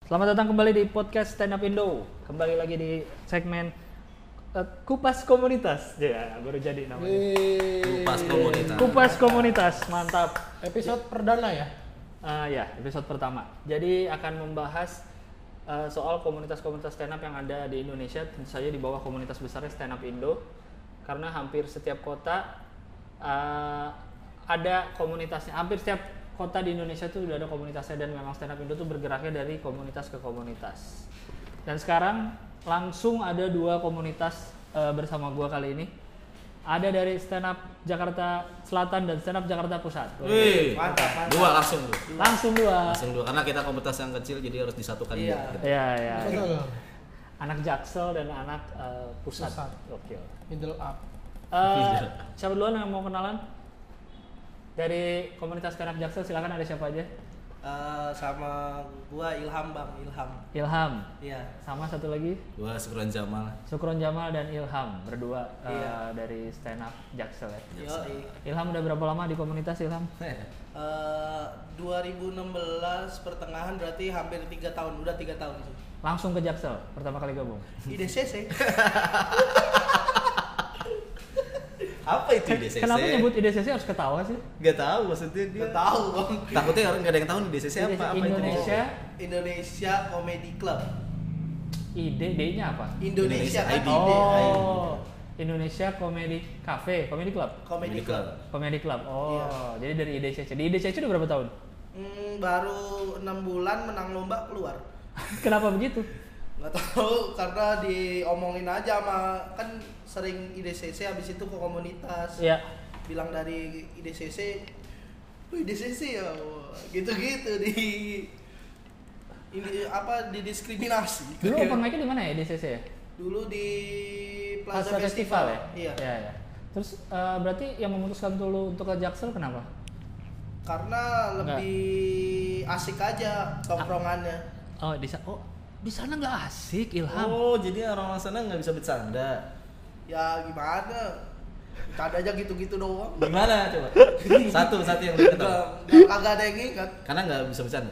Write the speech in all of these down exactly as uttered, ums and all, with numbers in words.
Selamat datang kembali di podcast Stand Up Indo. Kembali lagi di segmen uh, Kupas Komunitas. Ya, baru jadi namanya. Kupas Komunitas. Kupas Komunitas, mantap. Episode perdana ya? Uh, ya, episode pertama. Jadi akan membahas uh, soal komunitas-komunitas stand up yang ada di Indonesia, tentu saja di bawah komunitas besarnya Stand Up Indo. Karena hampir setiap kota uh, ada komunitasnya. Hampir setiap kota di Indonesia tuh udah ada komunitasnya, dan memang Stand Up Indo tuh bergeraknya dari komunitas ke komunitas. Dan sekarang langsung ada dua komunitas uh, bersama gua kali ini. Ada dari Stand Up Jakarta Selatan dan Stand Up Jakarta Pusat. Wih, Mantap, mantap. dua langsung dua. Langsung dua. Langsung dua karena kita komunitas yang kecil jadi harus disatukan. Iya. juga. Iya, iya. Betul. Anak Jaksel dan anak uh, Pusat. Pusat. Oke. Middle up. Uh, siapa duluan yang mau kenalan? Dari komunitas Stand Up Jaksel silakan, ada siapa aja? Uh, sama gua Ilham Bang, Ilham. Ilham. Iya. Sama satu lagi? Dua Sukron Jamal. Sukron Jamal dan Ilham, berdua uh, Iya. dari Stand Up Jaksel ya. Yoi. Ilham udah berapa lama di komunitas Ilham? Uh, dua ribu enam belas pertengahan, berarti hampir tiga tahun, udah tiga tahun sih. Langsung ke Jaksel pertama kali gabung. I D C C. Apa itu D C C? Kenapa nyebut I D C C harus ketawa sih? Gak tahu maksudnya dia. Gak tahu Bang. Takutnya orang gak ada yang tahu nih D C C apa? Apa Indonesia. itu? Indonesia Comedy Club. I D, D-nya apa? Indonesia, Indonesia kan I D. I D. Oh, Indonesia Comedy Cafe, Comedy Club. Comedy Club. Comedy Club. Oh, Iya. jadi dari I D C C. Di I D C C udah berapa tahun? Hmm, baru enam bulan menang lomba keluar. Kenapa begitu? Nggak tahu, karena diomongin aja sama, kan sering I D C C, habis itu ke komunitas. Iya. Bilang dari I D C C, lu I D C C ya, wah, gitu-gitu di ini apa didiskriminasi. Dulu open mic-nya di mana ya I D C C ya? Dulu di Plaza Plaza, Festival ya? Iya. Iya, iya. Terus uh, berarti yang memutuskan tuh lu untuk ke Jaksel kenapa? Karena lebih asik aja tongkrongannya. Oh, di sana. Oh, di sana nggak asik, Ilham. Oh, jadi orang-orang sana nggak bisa bercanda. Ya gimana? Bercanda aja gitu-gitu doang. Gimana coba? Satu satu yang lu ketahui. Nggak, nggak- kagak ada yang ingat. Karena nggak bisa bercanda.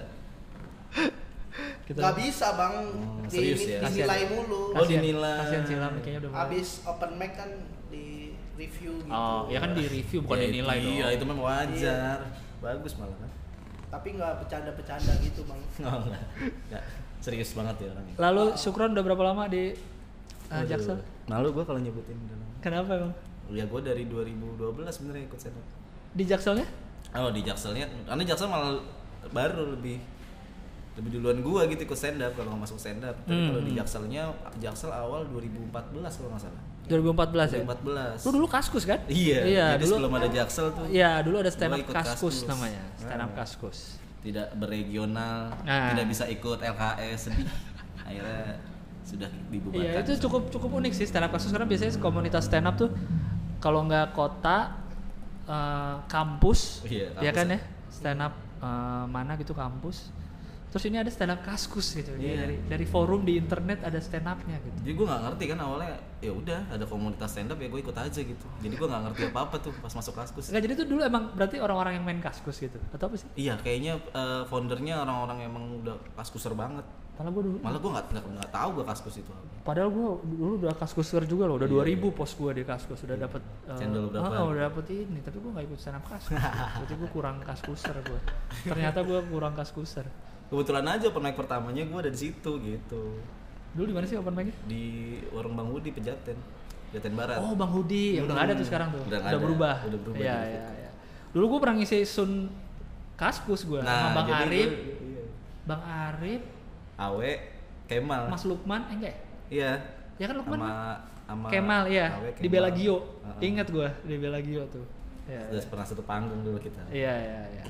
Kita Nggak bisa bang, Hmm, di, serius ya? dinilai mulu. Oh, dinilai. Kasihan si Ilham kayaknya udah mulai. Abis open mic kan di review gitu. Oh, ya kan di review bukan Ya, dinilai dong. Iya, itu memang wajar. Bagus malah kan. Tapi nggak bercanda-bercanda gitu bang. Oh, enggak. Enggak. Serius banget ya orangnya. Lalu Sukron udah berapa lama di uh, Jaksel? Malu gue kalau nyebutin dalam. Kenapa emang? Ya gue dari dua ribu dua belas sebenarnya ikut stand up. Di Jakselnya? Oh di Jakselnya, karena Jaksel malah baru lebih lebih duluan gue gitu ikut stand up kalau nggak masuk stand up. Tapi Hmm. kalau di Jakselnya, Jaksel awal dua ribu empat belas kalau nggak salah. dua ribu empat belas ya? dua ribu empat belas. Lu dulu Kaskus kan? Iya. Iya, jadi dulu. sebelum ada Jaksel tuh. Iya, dulu ada stand up Gua ikut Kaskus Kaskus. namanya. Stand up Ah. Kaskus. Tidak berregional, Nah. tidak bisa ikut L K S, sedih. Akhirnya sudah dibubarkan. Iya, itu cukup cukup unik sih stand up Kaskus, karena biasanya komunitas stand up tuh kalau nggak kota, eh, kampus, Iya, ya kampus kan ya. ya, stand up eh, mana gitu kampus. Terus ini ada stand up Kaskus gitu. Dia Iya. dari dari forum di internet ada stand upnya gitu. Jadi gue nggak ngerti kan awalnya, ya udah ada komunitas stand up ya gue ikut aja gitu. Jadi gue nggak ngerti apa apa tuh pas masuk Kaskus. Enggak, jadi itu dulu emang berarti orang-orang yang main Kaskus gitu atau apa sih? Iya kayaknya eh, foundernya orang-orang yang emang udah Kaskuser banget. Padahal gue dulu Malah gue nggak nggak nggak tahu gue Kaskus itu apa. Padahal gue dulu udah Kaskuser juga loh, udah Iya, dua ribu iya. pos gue di Kaskus, udah dapet eh, Cendol berapa? oh, udah dapet ini, tapi gue nggak ikut stand up Kaskus. Berarti gue kurang Kaskuser gue. Ternyata gue kurang Kaskuser. Kebetulan aja open mic pertamanya gue ada di situ gitu. Dulu di mana sih open mic-nya? Di warung Bang Budi Pejaten, Pejaten Barat. Oh, Bang Hudi, ya udah nggak ada tuh sekarang tuh. Udah nggak ada, berubah. udah berubah Iya, jadi iya, gitu. iya. Dulu gue pernah ngisi Sun Kaskus gue sama Bang jadi Arif, gua- iya. Bang Arif, Awe, Kemal. Mas Lukman, eh enggak ya? Iya. Ya kan Lukman? Sama kan? sama Kemal, iya. Awe, Di Kemal. Belagio. Heeh. Ingat gue di Belagio tuh. Iya, Udah iya. pernah satu panggung dulu kita. Iya, iya, iya.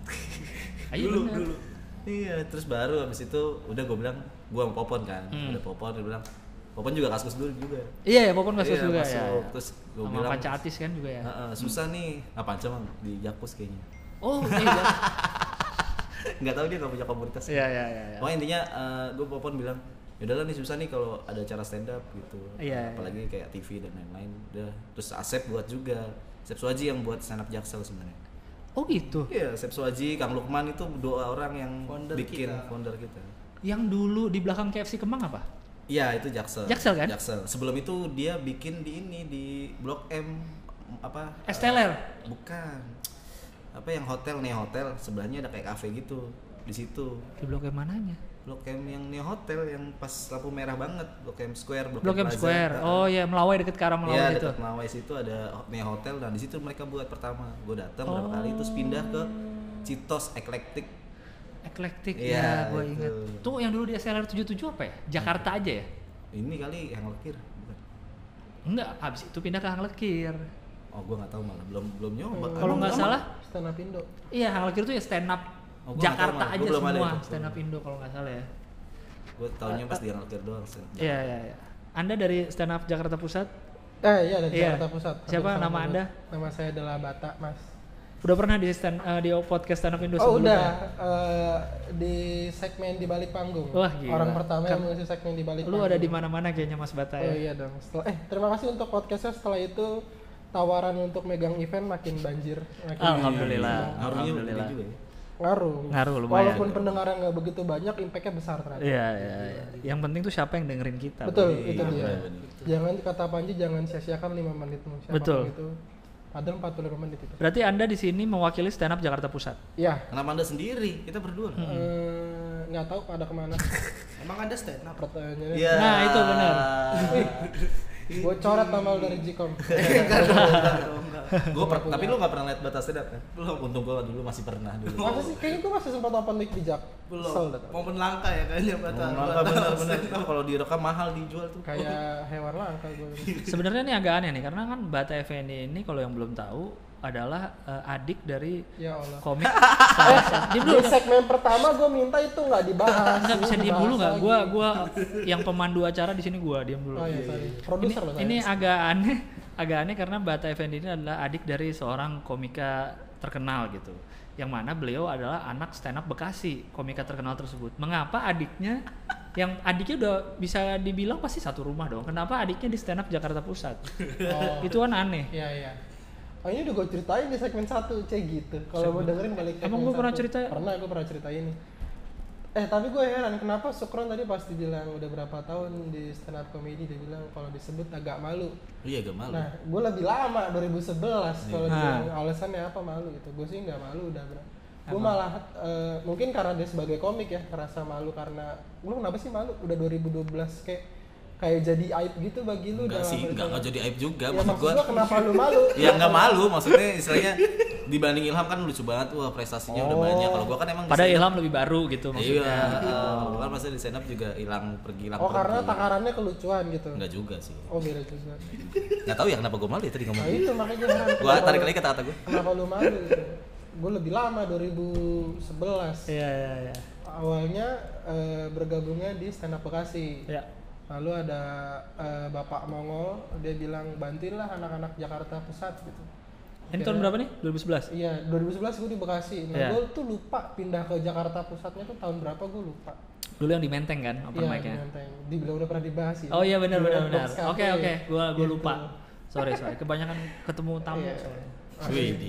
Ayo dulu bener. dulu iya terus baru abis itu udah gue bilang gue sama Popon kan Hmm. udah Popon dia bilang Popon juga Kaskus dulu juga Iya, ya, Popon Kaskus Iya, juga masuk. ya. Terus gue sama bilang Panca Atis kan juga ya. "Heeh, susah nih apa aja bang di Jakpus kayaknya Oh, iya. nggak tahu dia nggak punya komunitas Iya, iya, iya. iya. pokoknya intinya gue Popon bilang yaudahlah nih susah nih kalau ada acara stand up gitu Iya, apalagi kayak T V dan lain-lain udah terus Asep buat juga Asep Suwaji yang buat stand up Jaksel sebenarnya. Oh gitu. Iya, Asep Suwaji, Kang Lukman itu dua orang yang Founder bikin kita. founder kita. Yang dulu di belakang K F C Kemang apa? Iya itu Jaksel. Jaksel kan? Jaksel. Sebelum itu dia bikin di ini di Blok M apa? Esteller. Uh, bukan. Apa yang hotel nih hotel sebelahnya ada kayak kafe gitu di situ. Di Blok M mananya? Blok M yang Neo Hotel yang pas lampu merah banget, Blok M Square, Blok, Blok M Plaza. Square. Oh ya, Melawai deket ke arah Melawai Iya, gitu. dekat Melawai situ ada Neo Hotel dan di situ mereka buat pertama. Gue datang berapa kali terus pindah ke Citos Eclectic. Eclectic ya, Iya, gue itu. ingat. Tuh yang dulu di S L R tujuh puluh tujuh apa ya? Jakarta aja ya? Ini kali yang lekir, bukan? Enggak, habis itu pindah ke Hang Lekir. Oh, gue nggak tahu malah belum belum nyoba. Kalau Emang- nggak emang- salah, Stand up Indo. iya Hang Lekir tuh ya stand up Oh, gua nggak tahu Jakarta malah. Gua aja belum ada semua, itu. stand up Indo kalau nggak salah ya. Gue taunya pas di yang lekir doang. Sen. Iya iya iya. Anda dari stand up Jakarta Pusat? Eh iya dari Iya. Jakarta Pusat. Siapa Hampir nama sama Anda? banget. Nama saya adalah Bata, Mas. Udah pernah di stand eh, di podcast stand up Indo Oh sebelumnya? udah eh, di segmen di balik panggung. Wah, gila. Orang pertama yang Kan- mengisi segmen di balik Lu panggung. ada di mana-mana kayaknya Mas Bata Oh ya. iya dong. Setelah, eh terima kasih untuk podcastnya. Setelah itu tawaran untuk megang event makin banjir. Makin Alhamdulillah. Ngaruhnya Alhamdulillah. gede juga ya. Ngaruh. Ngaruh lumayan. Walaupun pendengarnya nggak begitu banyak, impactnya besar ternyata. Iya iya iya. Yang penting tuh siapa yang dengerin kita. Betul, Bro. itu Iya, dia. bener. Jangan kata Panji, jangan sia-siakan lima menitmu. Siapapun Betul. itu. Padahal empat puluh lima menit itu. Berarti Anda di sini mewakili stand up Jakarta Pusat. Iya. Kenapa Anda sendiri? Kita berdua. Hmm. Eh, nggak tahu pada kemana. Emang ada stand up? Pertanyaannya. Iya. Nah, itu benar. Gue coret nama lu dari Gcom. Gue tapi lu nggak pernah lihat batas stand up kan? Belum. Untung gue dulu masih pernah dulu. Masa sih? Kayaknya gue masih sempat open mic di Jak. Belum. Kesel dah. Momen langka ya kayaknya batal. Langka bener-bener itu kalau direkam mahal dijual tuh. Kayak hewan langka gue. Sebenarnya ini agak aneh nih karena kan Bata Effendi ini kalau yang belum tahu adalah eh, adik dari Ya Allah. komik salah satu. Diam dulu, Di segmen pertama gue minta itu nggak dibahas. nggak bisa Ini diem dulu nggak? dibahas Gua lagi. gua yang pemandu acara di sini gua diam dulu. Oh iya, sorry. Ini, Produser loh saya. ini agak aneh, agak aneh karena Bata Effendi ini adalah adik dari seorang komika terkenal gitu. Yang mana beliau adalah anak stand up Bekasi, komika terkenal tersebut. Mengapa adiknya yang adiknya udah bisa dibilang pasti satu rumah dong. Kenapa adiknya di stand up Jakarta Pusat? Oh. Itu kan aneh. Iya iya. Oh ini udah gue ceritain di segmen satu, cek gitu. Kalau mau dengerin balik ke Emang segmen gua pernah satu. cerita? Pernah, gue pernah cerita ini. Eh tapi gue heran kenapa Sukron tadi pas dibilang udah berapa tahun di stand up comedy dia bilang kalau disebut agak malu. Iya gak malu. Nah, gue lebih lama dua ribu sebelas kalau Nah. dibilang alasannya apa malu gitu. Gue sih nggak malu udah bro. Gue Apa? malah eh, mungkin karena dia sebagai komik ya ngerasa malu karena lu kenapa sih malu udah dua ribu dua belas kayak kayak jadi aib gitu bagi lu Enggak dalam sih, berita- enggak enggak jadi aib juga. Ya, Maksud maksud gua gua kenapa lu malu? ya nggak malu, maksudnya istilahnya dibanding Ilham kan lucu banget, wah prestasinya udah Oh. banyak. Kalau gua kan emang di Padahal stand up- Ilham lebih baru gitu Iya, maksudnya. gua kan masa di stand up juga hilang pergi hilang Oh karena pergi. takarannya kelucuan gitu. Enggak juga sih. Oh beda juga. Enggak tahu ya kenapa gua malu ya tadi ngomong. Nah itu makanya gue heran. Gua kenapa tarik lu- lagi kata-kata gua. Kenapa lu malu? Gitu. Gue lebih lama dua ribu sebelas. Iya iya iya. Awalnya eh, bergabungnya di stand up Bekasi. Ya. Lalu ada eh, Bapak Mongol, dia bilang bantuinlah anak-anak Jakarta Pusat gitu. Ini tahun berapa nih? dua ribu sebelas. Iya, dua ribu sebelas gue di Bekasi. Nah, Iya. gue tuh lupa pindah ke Jakarta Pusatnya tuh tahun berapa gue lupa. Dulu yang di Menteng kan open Iya, mic-nya. di Menteng. Dibilang udah pernah dibahas sih. Oh iya benar Di benar Red benar. Box Cafe. Oke oke, gua gua Gitu. lupa. Sorry sorry, kebanyakan ketemu tamu Iya. soalnya. Wih, di.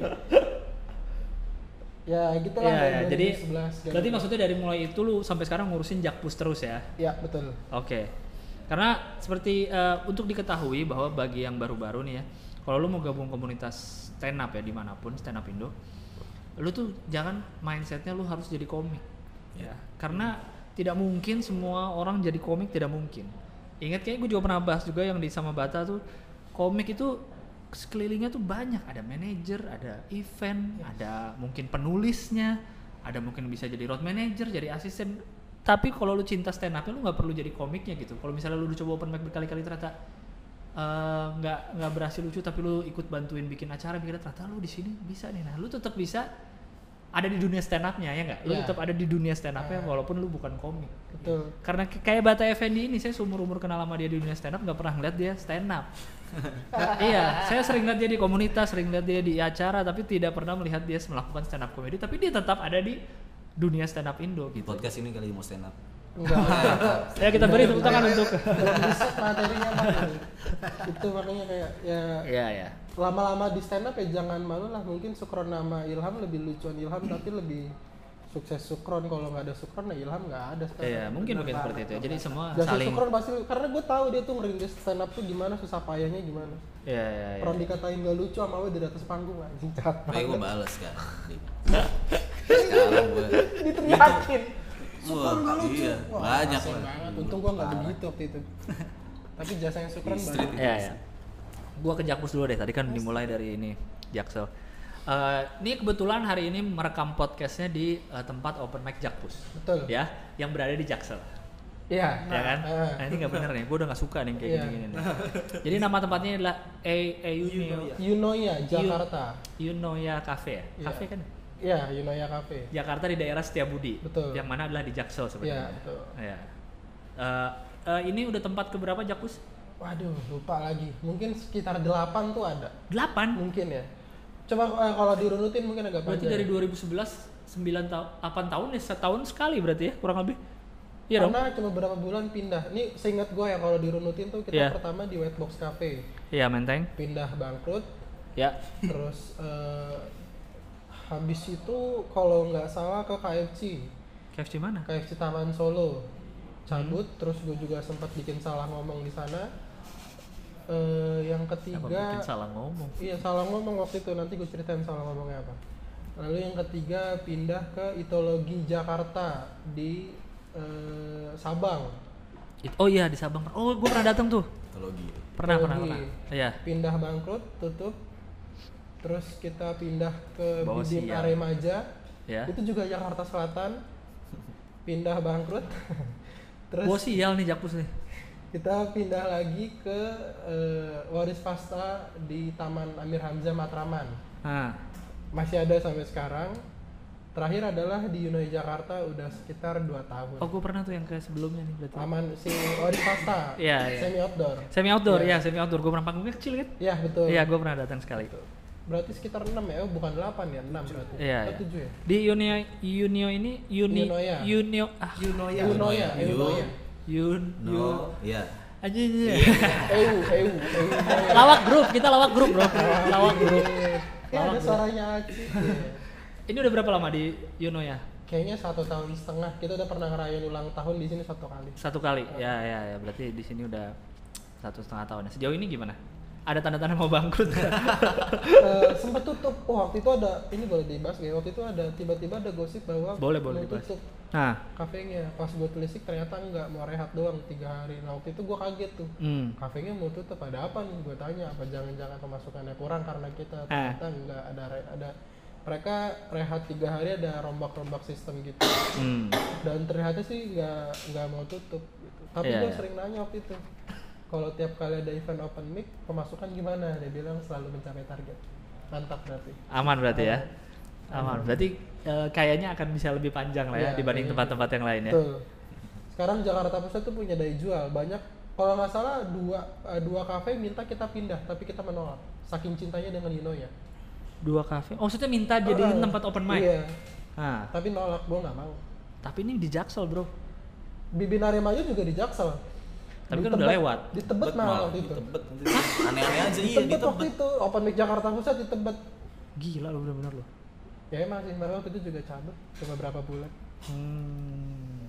Ya gitu lah Iya, dari iya. dua Jadi ribu sebelas. berarti maksudnya dari mulai itu lu sampai sekarang ngurusin Jakpus terus ya? Ya betul. Oke. Karena seperti eh, untuk diketahui bahwa bagi yang baru-baru nih ya, kalau lu mau gabung komunitas stand up ya dimanapun stand up Indo, lu tuh jangan mindsetnya lu harus jadi komik, ya. Karena tidak mungkin semua orang jadi komik, tidak mungkin. Ingat kayaknya gue juga pernah bahas juga yang di sama Bata tuh, komik itu sekelilingnya tuh banyak, ada manajer, ada event, ada mungkin penulisnya, ada mungkin bisa jadi road manager, jadi asisten. Tapi kalau lu cinta stand up, lu nggak perlu jadi komiknya gitu. Kalau misalnya lu udah coba open mic berkali-kali ternyata eh, nggak uh, nggak berhasil lucu, tapi lu ikut bantuin bikin acara, bikin ternyata lu di sini bisa nih. Nah, lu tetap bisa ada di dunia stand up-nya ya nggak? Lu Iya. tetap ada di dunia stand up-nya Iya. walaupun lu bukan komik. Betul. Karena k- kayak Bata Effendi ini, saya seumur-umur kenal sama dia di dunia stand up nggak pernah ngeliat dia stand up. Nah, iya, saya sering lihat dia di komunitas, sering lihat dia di acara, tapi tidak pernah melihat dia melakukan stand up comedy. Tapi dia tetap ada di dunia stand up Indo gitu. Podcast ini kali mau stand up. Enggak. Ya kita beri tepuk tangan untuk. Belum riset materinya mana. Itu makanya kayak ya Iya ya. lama-lama di stand up ya jangan malu lah, mungkin Sukron nama Ilham lebih lucuan Ilham tapi lebih sukses Sukron, kalau nggak ada Sukron ya Ilham nggak ada sekarang. Iya, mungkin Bener mungkin banget, seperti itu. bener Jadi banget. semua Jasa saling Sukron pasti, karena gue tahu dia tuh ngerintis stand up tuh gimana, susah payahnya gimana. Iya, iya, iya. Pernah dikatain gak lucu sama gue dari atas panggung anjing jahat Tapi gue banget. bales kan. Sekarang gue Diteriakin. Wah, Sukron gak lucu. iya, Wah, banyak kasian lah. banget. Untung gue nggak Parah. begitu waktu itu. Tapi jasa yang Sukron Di street banyak. Iya, iya. Gua ke Jakpus dulu deh. Tadi kan dimulai dari ini Jaksel. Eh, ini kebetulan hari ini merekam podcastnya di eh, tempat open mic Jakpus. Betul. Ya, yang berada di Jaksel. Iya. Ya kan? eh. Nah, ini nggak bener nih. Gue udah nggak suka nih kayak Iya. gini-gini. nih. Jadi nama tempatnya adalah A A Unio Yunoya, Jakarta. Unoya Cafe ya. Iya. Cafe kan? Iya, Yunoya Cafe. Jakarta di daerah Setiabudi. Betul. Yang mana adalah di Jaksel Iya, sebenarnya. betul. Iya. Eh, eh, ini udah tempat keberapa Jakpus? Waduh, lupa lagi. Mungkin sekitar delapan tuh ada. delapan. Mungkin ya. Coba eh, kalau dirunutin mungkin agak Berarti panjang. dari dua ribu sebelas sembilan tahun delapan tahun ya, setahun sekali berarti ya kurang lebih. Iya dong. Karena cuma beberapa bulan pindah. Ini seingat gue ya kalau dirunutin tuh kita Iya. pertama di Whitebox Cafe, Iya, Menteng. pindah bangkrut, Ya. terus eh, habis itu kalau nggak salah ke K F C, K F C mana? K F C Taman Solo, cabut. Hmm. Terus gue juga sempat bikin salah ngomong di sana. Eh, yang Apa ketiga, bikin salah ngomong? iya salah ngomong waktu itu, nanti gue ceritain salah ngomongnya apa. Lalu yang ketiga pindah ke Itologi Jakarta di eh, Sabang. It- oh iya di Sabang. Oh, gue pernah datang tuh. Mitologi. Pernah, pernah, Itologi. pernah. Iya. Pindah bangkrut, tutup. Terus kita pindah ke Bawa Bidim sial. Aremaja. Ya. Itu juga Jakarta Selatan. Pindah bangkrut. Terus Gua sial nih Jakpus nih. kita pindah lagi ke eh, Waris Pasta di Taman Amir Hamzah Matraman. Nah, Masih ada sampai sekarang. Terakhir adalah di Unoy Jakarta udah sekitar dua tahun. oh gue pernah tuh yang ke sebelumnya nih berarti. Taman si Waris Pasta. Iya, iya. Semi outdoor. Semi outdoor, Iya. ya semi outdoor. Gue pernah panggungnya kecil kan? Iya, betul. Iya, gue pernah datang sekali. Berarti sekitar enam ya, oh, bukan delapan ya, enam berarti. Iya, Atau iya. tujuh ya? Di Unio Unio ini Uni Unoya. Unio ah Yunoya. Unoya, Yu- Unoya. Yun No, iya. aja aja. Eu, eu, eu. Lawak grup, kita lawak grup, Bro. Lawak grup. Ya ada suaranya Aci. Ini udah berapa lama di Unoya? Kayaknya satu tahun setengah. Kita udah pernah ngerayain ulang tahun di sini satu kali. Satu kali. Ya, ya, ya. Berarti di sini udah satu setengah tahun. Sejauh ini gimana? Ada tanda-tanda mau bangkrut? Eh, sempet tutup. Oh, waktu itu ada, ini boleh dibahas gak? Waktu itu ada tiba-tiba ada gosip bahwa Boleh, boleh mau dibahas. tutup Nah, kafenya. Pas gue telisik ternyata enggak, mau rehat doang tiga hari. Nah waktu itu gue kaget tuh. hmm. Kafenya mau tutup, ada apa nih? Gue tanya, apa jangan-jangan pemasukannya kurang karena kita Eh. ternyata enggak ada re- ada mereka rehat tiga hari, ada rombak-rombak sistem gitu. Hmm. Dan ternyata sih nggak nggak mau tutup gitu. Tapi Iya, gue iya. sering nanya waktu itu, kalau tiap kali ada event open mic pemasukan gimana? Dia bilang selalu mencapai target. Mantap berarti. Aman berarti ya? Aman. Aman. Berarti eh, kayaknya akan bisa lebih panjang lah ya Iya, dibanding iya. tempat-tempat yang lain ya. Betul. Sekarang Jakarta Pusat tuh punya daya jual banyak. Kalau nggak salah dua eh, dua kafe minta kita pindah, tapi kita menolak. Saking cintanya dengan Unoya. Dua kafe. Oh, maksudnya minta jadiin Oh, tempat open mic. Iya. Nah, Tapi nolak, gue nggak mau. tapi ini di Jaksel, Bro. Bibin Aremaju juga di Jaksel. Tapi Di kan udah Tebet- lewat. Di Tebet malah waktu itu. Di Tebet. Aneh-aneh aja Di iya di Tebet waktu Tebet. itu open mic Jakarta Pusat di Tebet. Gila lu bener-bener lu. Ya emang sih, mereka waktu itu juga cabut cuma berapa bulan. Hmm.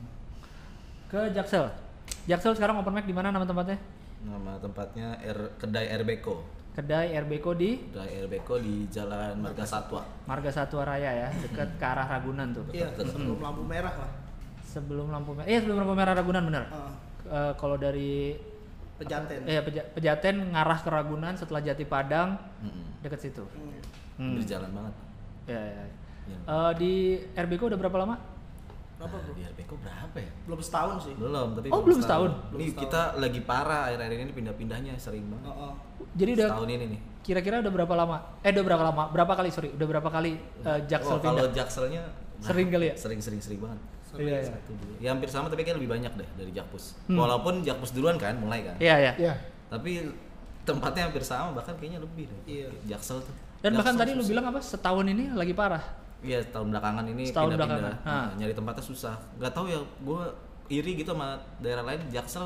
Ke Jaksel. Jaksel sekarang open mic di mana nama tempatnya? Nama tempatnya R Kedai R Beko. Kedai R B Ko di Kedai R Beko di Jalan Marga Satwa. Marga Satwa Raya ya, dekat ke arah Ragunan tuh. Iya, sebelum lampu merah lah. Sebelum lampu merah. Iya, sebelum lampu merah Ragunan bener. Ah, Eh, kalau dari Pejaten. eh Peja- Pejaten ngarah ke Ragunan setelah Jati Padang Mm-mm. deket situ. Hmm. Hmm. Berjalan banget. Ya, ya. Iya. Eh, di R B Ko udah berapa lama? Berapa, Nah, bro? di R Beko berapa ya? Belum setahun sih. Belum, tapi Oh, belum setahun? Belum Ini setahun. kita lagi parah akhir-akhir ini pindah-pindahnya sering banget. Oh, oh. Jadi udah Setahun ini nih. kira-kira udah berapa lama? Eh, udah berapa lama? Berapa kali sorry? Udah berapa kali eh, Jaksel Oh, kalau pindah? Jakselnya Sering kali ya? Sering-sering sering banget. Iya, iya. Satu, dua. Ya hampir sama tapi kan lebih banyak deh dari Jakpus. Hmm. Walaupun Jakpus duluan kan mulai kan. Iya, iya. Iya. Tapi tempatnya hampir sama bahkan kayaknya lebih deh. Iya. Jaksel tuh. Dan bahkan Jaksel tadi lu susah. bilang apa? Setahun ini lagi parah. Iya, tahun belakangan ini Setahun pindah-pindah. belakangan. Nah, nyari tempatnya susah. Gak tahu ya, gue iri gitu sama daerah lain. Jaksel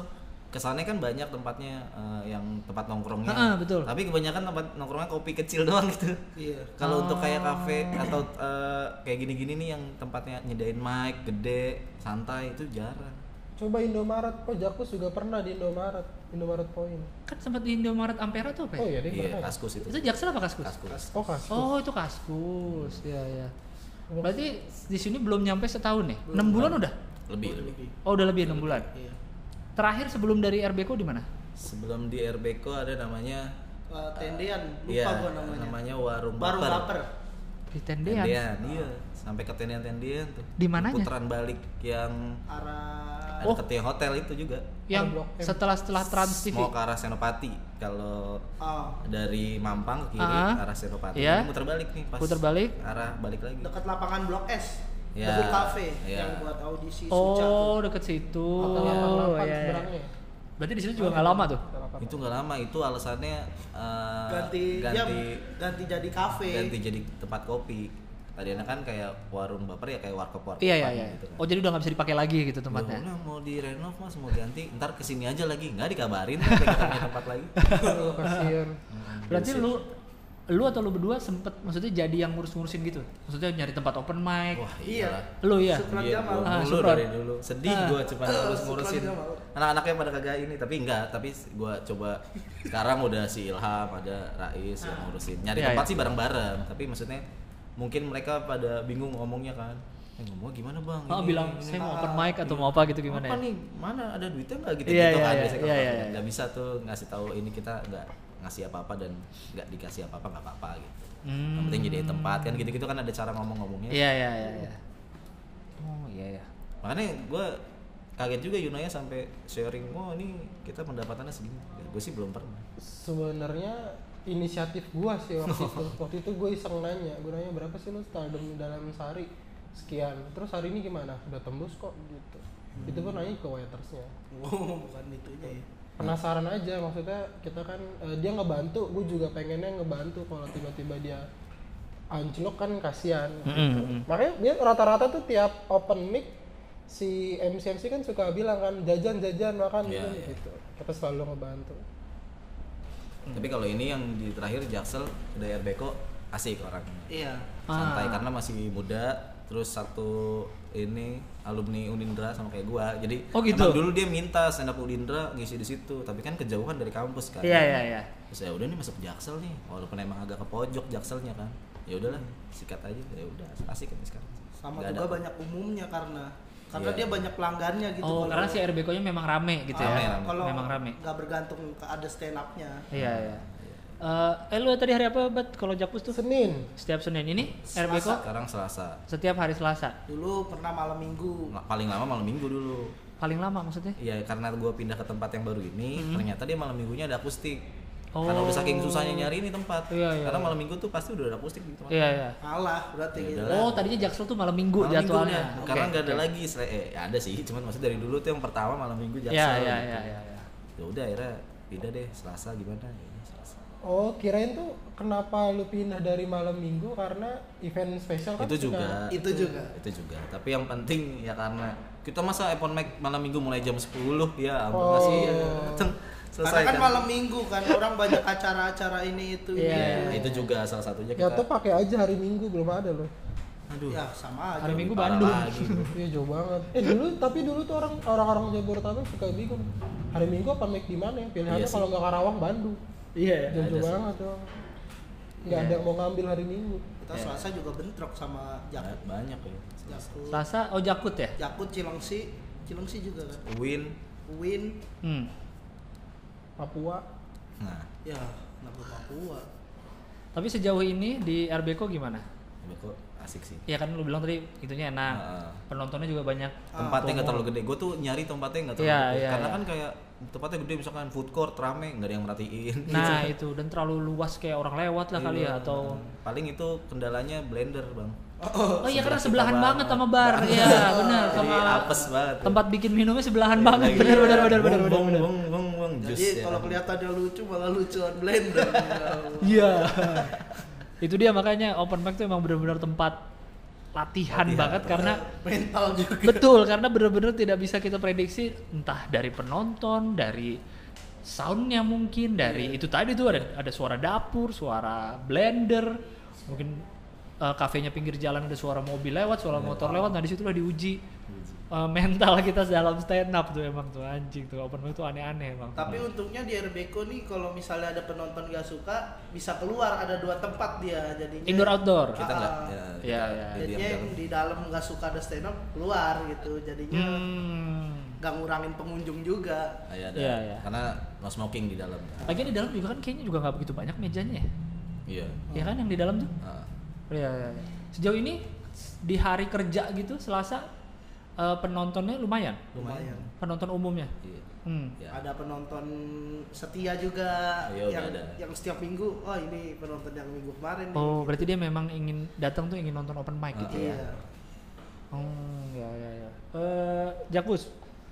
kesannya kan banyak tempatnya uh, yang tempat nongkrongnya. Ah, betul. Tapi kebanyakan tempat nongkrongnya kopi kecil doang gitu. Iya. Kalau Oh. untuk kayak kafe atau uh, kayak gini-gini nih yang tempatnya nyediain mic gede, santai itu jarang. Coba Indomaret, oh Jakus juga pernah di Indomaret, Indomaret Point. Kan sempat di Indomaret Ampera tuh apa ya? Oh iya, dia Iya, pernah. ya? Kaskus itu. Itu Jaksel apa Kaskus? Kaskus. Oh Kaskus. Oh, itu Kaskus. Iya, iya. Berarti di sini belum nyampe setahun ya? enam bulan udah? Lebih, lebih. Oh, udah lebih enam bulan. Iya. Terakhir sebelum dari R B K di mana? Sebelum di R B K ada namanya Uh, tendean, lupa iya, gua namanya. namanya Warung Warung Baper. Baper. Di Tendean. Tendean, iya. Sampai ke tendean-tendean tuh. Di mananya? Putaran balik yang Arah Oh. deketnya hotel itu juga. Yang Blok M. setelah setelah Trans T V. Mau ke arah Senopati. Kalau oh, dari Mampang ke kiri Ah, arah Senopati. iya. Ini muter balik nih pas. Puter balik. Arah balik lagi. dekat lapangan Blok S. Ya, Dekat kafe ya. yang buat audisi Suca. Oh, deket situ. Hotel delapan puluh delapan iya, iya. seberangnya. Berarti di sini juga nggak lama tuh. Hotel delapan puluh delapan. Itu nggak lama, itu alasannya eh, ganti, ganti dia ganti jadi kafe. ganti jadi tempat kopi. Tadinya kan kayak warung baper ya kayak warkop warkop Iya, iya, iya. gitu kan. Oh, jadi udah nggak bisa dipakai lagi gitu Loh, tempatnya. udah mau direnov mas, mau ganti, ntar kesini aja lagi, nggak dikabarin sampai kita punya tempat lagi. Oh, kasihan. Berarti Bullshit. lu lu atau lu berdua sempet maksudnya jadi yang ngurus-ngurusin gitu? Maksudnya nyari tempat open mic. Wah Iya. iyalah. Lu ya? Supran Iya, Jamal. gua Ah, dulu Supran. dari dulu sedih Ah. gua cuma harus ngurusin Supran Jamal. anak-anaknya pada kagak ini, tapi enggak, tapi gua coba sekarang udah si Ilham, ada Rais yang ngurusin nyari Iya, tempat iya. sih bareng-bareng, tapi maksudnya mungkin mereka pada bingung ngomongnya kan, eh ngomong gimana bang? Oh, Ini, bilang ini, saya mau ah, open mic atau iya. mau apa gitu gimana apa ya? nih, mana ada duitnya nggak gitu Iya, gitu iya, kan iya, biasanya iya, kalau iya, orang iya. nggak bisa tuh ngasih tahu ini kita nggak ngasih apa-apa dan nggak dikasih apa-apa nggak apa-apa gitu. Hmm. Yang penting jadi tempat kan gitu-gitu kan ada cara ngomong-ngomongnya. Iya, iya, iya, iya. Oh, iya ya. Makanya gue kaget juga Yunaya sampai sharing, oh ini kita pendapatannya segini. Gue sih belum pernah. Sebenarnya inisiatif gua sih waktu itu. Waktu itu gue iseng nanya, gue nanya berapa sih lu stardom dalam sehari? Sekian. Terus hari ini gimana? Udah tembus kok gitu. Itu pun nanya ke waitersnya. Oh, bukan itunya ya. Penasaran aja, maksudnya kita kan eh, dia ngebantu, gue juga pengennya ngebantu. Kalau tiba-tiba dia anjlok kan kasihan. Mm-mm, gitu. mm-mm. Makanya dia rata-rata tuh tiap open mic si M C M C kan suka bilang kan jajan-jajan makan Iya, gitu, iya. gitu. Kita selalu ngebantu. Tapi kalau ini yang di terakhir Jaksel dari R B K asik orangnya. Iya. Santai Ah. karena masih muda, terus satu ini alumni Unindra sama kayak gua. Jadi Oh, gitu? emang dulu dia minta stand up Unindra ngisi di situ, tapi kan kejauhan dari kampus kan. Iya, iya, iya. Terus ya udah nih masuk Jaksel nih, walaupun emang agak ke pojok Jakselnya kan. Ya udahlah, sikat aja. Ya udah, asik kan sekarang. Sama Nggak juga ada- banyak umumnya karena karena Iya. dia banyak pelanggannya gitu. Oh, kalau- karena si R B K-nya memang rame gitu Rame, ya. rame. Kalau Memang rame. nggak bergantung ke ada stand up-nya. Iya, iya. Eh, eh lu tadi hari apa, Bat? Kalau Jakpus tuh Senin. setiap Senin ini R B K Selasa. Sekarang Selasa. setiap hari Selasa. Dulu pernah malam Minggu. Nggak- paling lama malam Minggu dulu. Paling lama maksudnya? Iya, karena gua pindah ke tempat yang baru ini, Mhm. ternyata dia malam Minggunya ada akustik. Oh. Karena udah saking susahnya nyari ini tempat. Iya, iya, Karena iya. malam Minggu tuh pasti udah ada akustik di tempat. Iya, iya. Malah berarti Ya gitu. udah. Oh, tadinya Jaksel tuh malam Minggu Malam jadwalnya. Minggunya. Oke, Karena nggak ada oke. lagi, sele- eh ya ada sih, cuman maksud dari dulu tuh yang pertama malam Minggu Jaksel. Iya, iya, gitu. iya, iya, iya. Ya udah akhirnya pindah deh Selasa gimana? Ya udah, Selasa. Oh, kirain tuh kenapa lu pindah dari malam minggu karena event spesial kan? Itu suka- juga. Itu juga. Itu juga. Tapi yang penting ya karena kita masa open mic malam Minggu mulai jam sepuluh ya ampun Oh. masih dateng selesai Karena kan malam Minggu kan orang banyak acara-acara ini itu. Iya. Ya, itu juga salah satunya Ya kita. tuh pakai aja hari minggu belum ada loh. Aduh. Ya sama aja. Hari Minggu parah Bandung. lagi. Iya jauh banget. Eh dulu tapi dulu tuh orang orang-orang Jabodetabek suka bingung. Hari Minggu apa mic di mana ya? Pilihannya Iya sih. kalau nggak Karawang Bandung. Iya, ya. Jauh ada sih. banget tuh. Nggak Iya. ada yang mau ngambil hari Minggu. Kita Selasa juga bentrok sama Ba- Jakut. banyak ya. Jakut. Selasa oh Jakut ya? Jakut Cilengsi, Cilengsi juga kan. Win. Win, Hmm. Papua. Nah, ya kenapa Papua? Tapi sejauh ini di R B K gimana? ya kok asik sih. Ya kan lu bilang tadi itunya enak. Heeh. Penontonnya juga banyak. Tempatnya nggak Promo. terlalu gede. Gue tuh nyari tempatnya nggak terlalu Iya, gede. iya, Karena iya. kan kayak tempatnya gede misalkan food court rame nggak ada yang merhatiin. Nah, itu dan terlalu luas kayak orang lewat lah kali ya Iya. atau Paling itu kendalanya blender bang. Oh iya karena Sebelah sebelahan kita banget sama banget. bar. Banget. Iya, benar Jadi sama apes banget. tempat bikin minumnya sebelahan Iya, banget. lagi. Benar benar benar benar Wong, benar. benar. wong, wong, wong, jus Jadi ya kalau kan. kelihatannya lucu malah lucuan blender. Iya. Itu dia makanya open mic tuh emang benar-benar tempat latihan, Latihan. banget karena mental juga. betul, karena benar-benar tidak bisa kita prediksi entah dari penonton, dari soundnya mungkin, dari itu tadi tuh ada ada suara dapur, suara blender, mungkin uh, kafenya pinggir jalan ada suara mobil lewat, suara motor lewat, nah disitulah diuji uh, mental kita dalam stand up tuh emang tuh anjing tuh open mic tuh aneh-aneh emang. Tapi untungnya di R B K nih kalau misalnya ada penonton gak suka bisa keluar, ada dua tempat dia jadinya. Indoor outdoor. Kita nggak Ah, ya, Iya, kita iya. di jadinya diam yang dalam. di dalam nggak suka ada stand up keluar gitu, jadinya Hmm. nggak ngurangin pengunjung juga. Ah, ya, ada. Iya, iya. Karena no smoking di dalam. Lagian di dalam juga kan kayaknya juga nggak begitu banyak mejanya ya. Iya. Ya kan yang di dalam tuh. Ah. Iya, iya, iya. Sejauh ini di hari kerja gitu Selasa eh, penontonnya lumayan. Lumayan. Penonton umumnya. Iya. Hmm. Ya. Ada penonton setia juga Iya, udah yang ada. yang setiap minggu, oh ini penonton yang minggu kemarin nih. Oh, berarti dia memang ingin datang tuh ingin nonton open mic gitu ya. Iya. Oh, ya ya ya. Eh, Jakpus,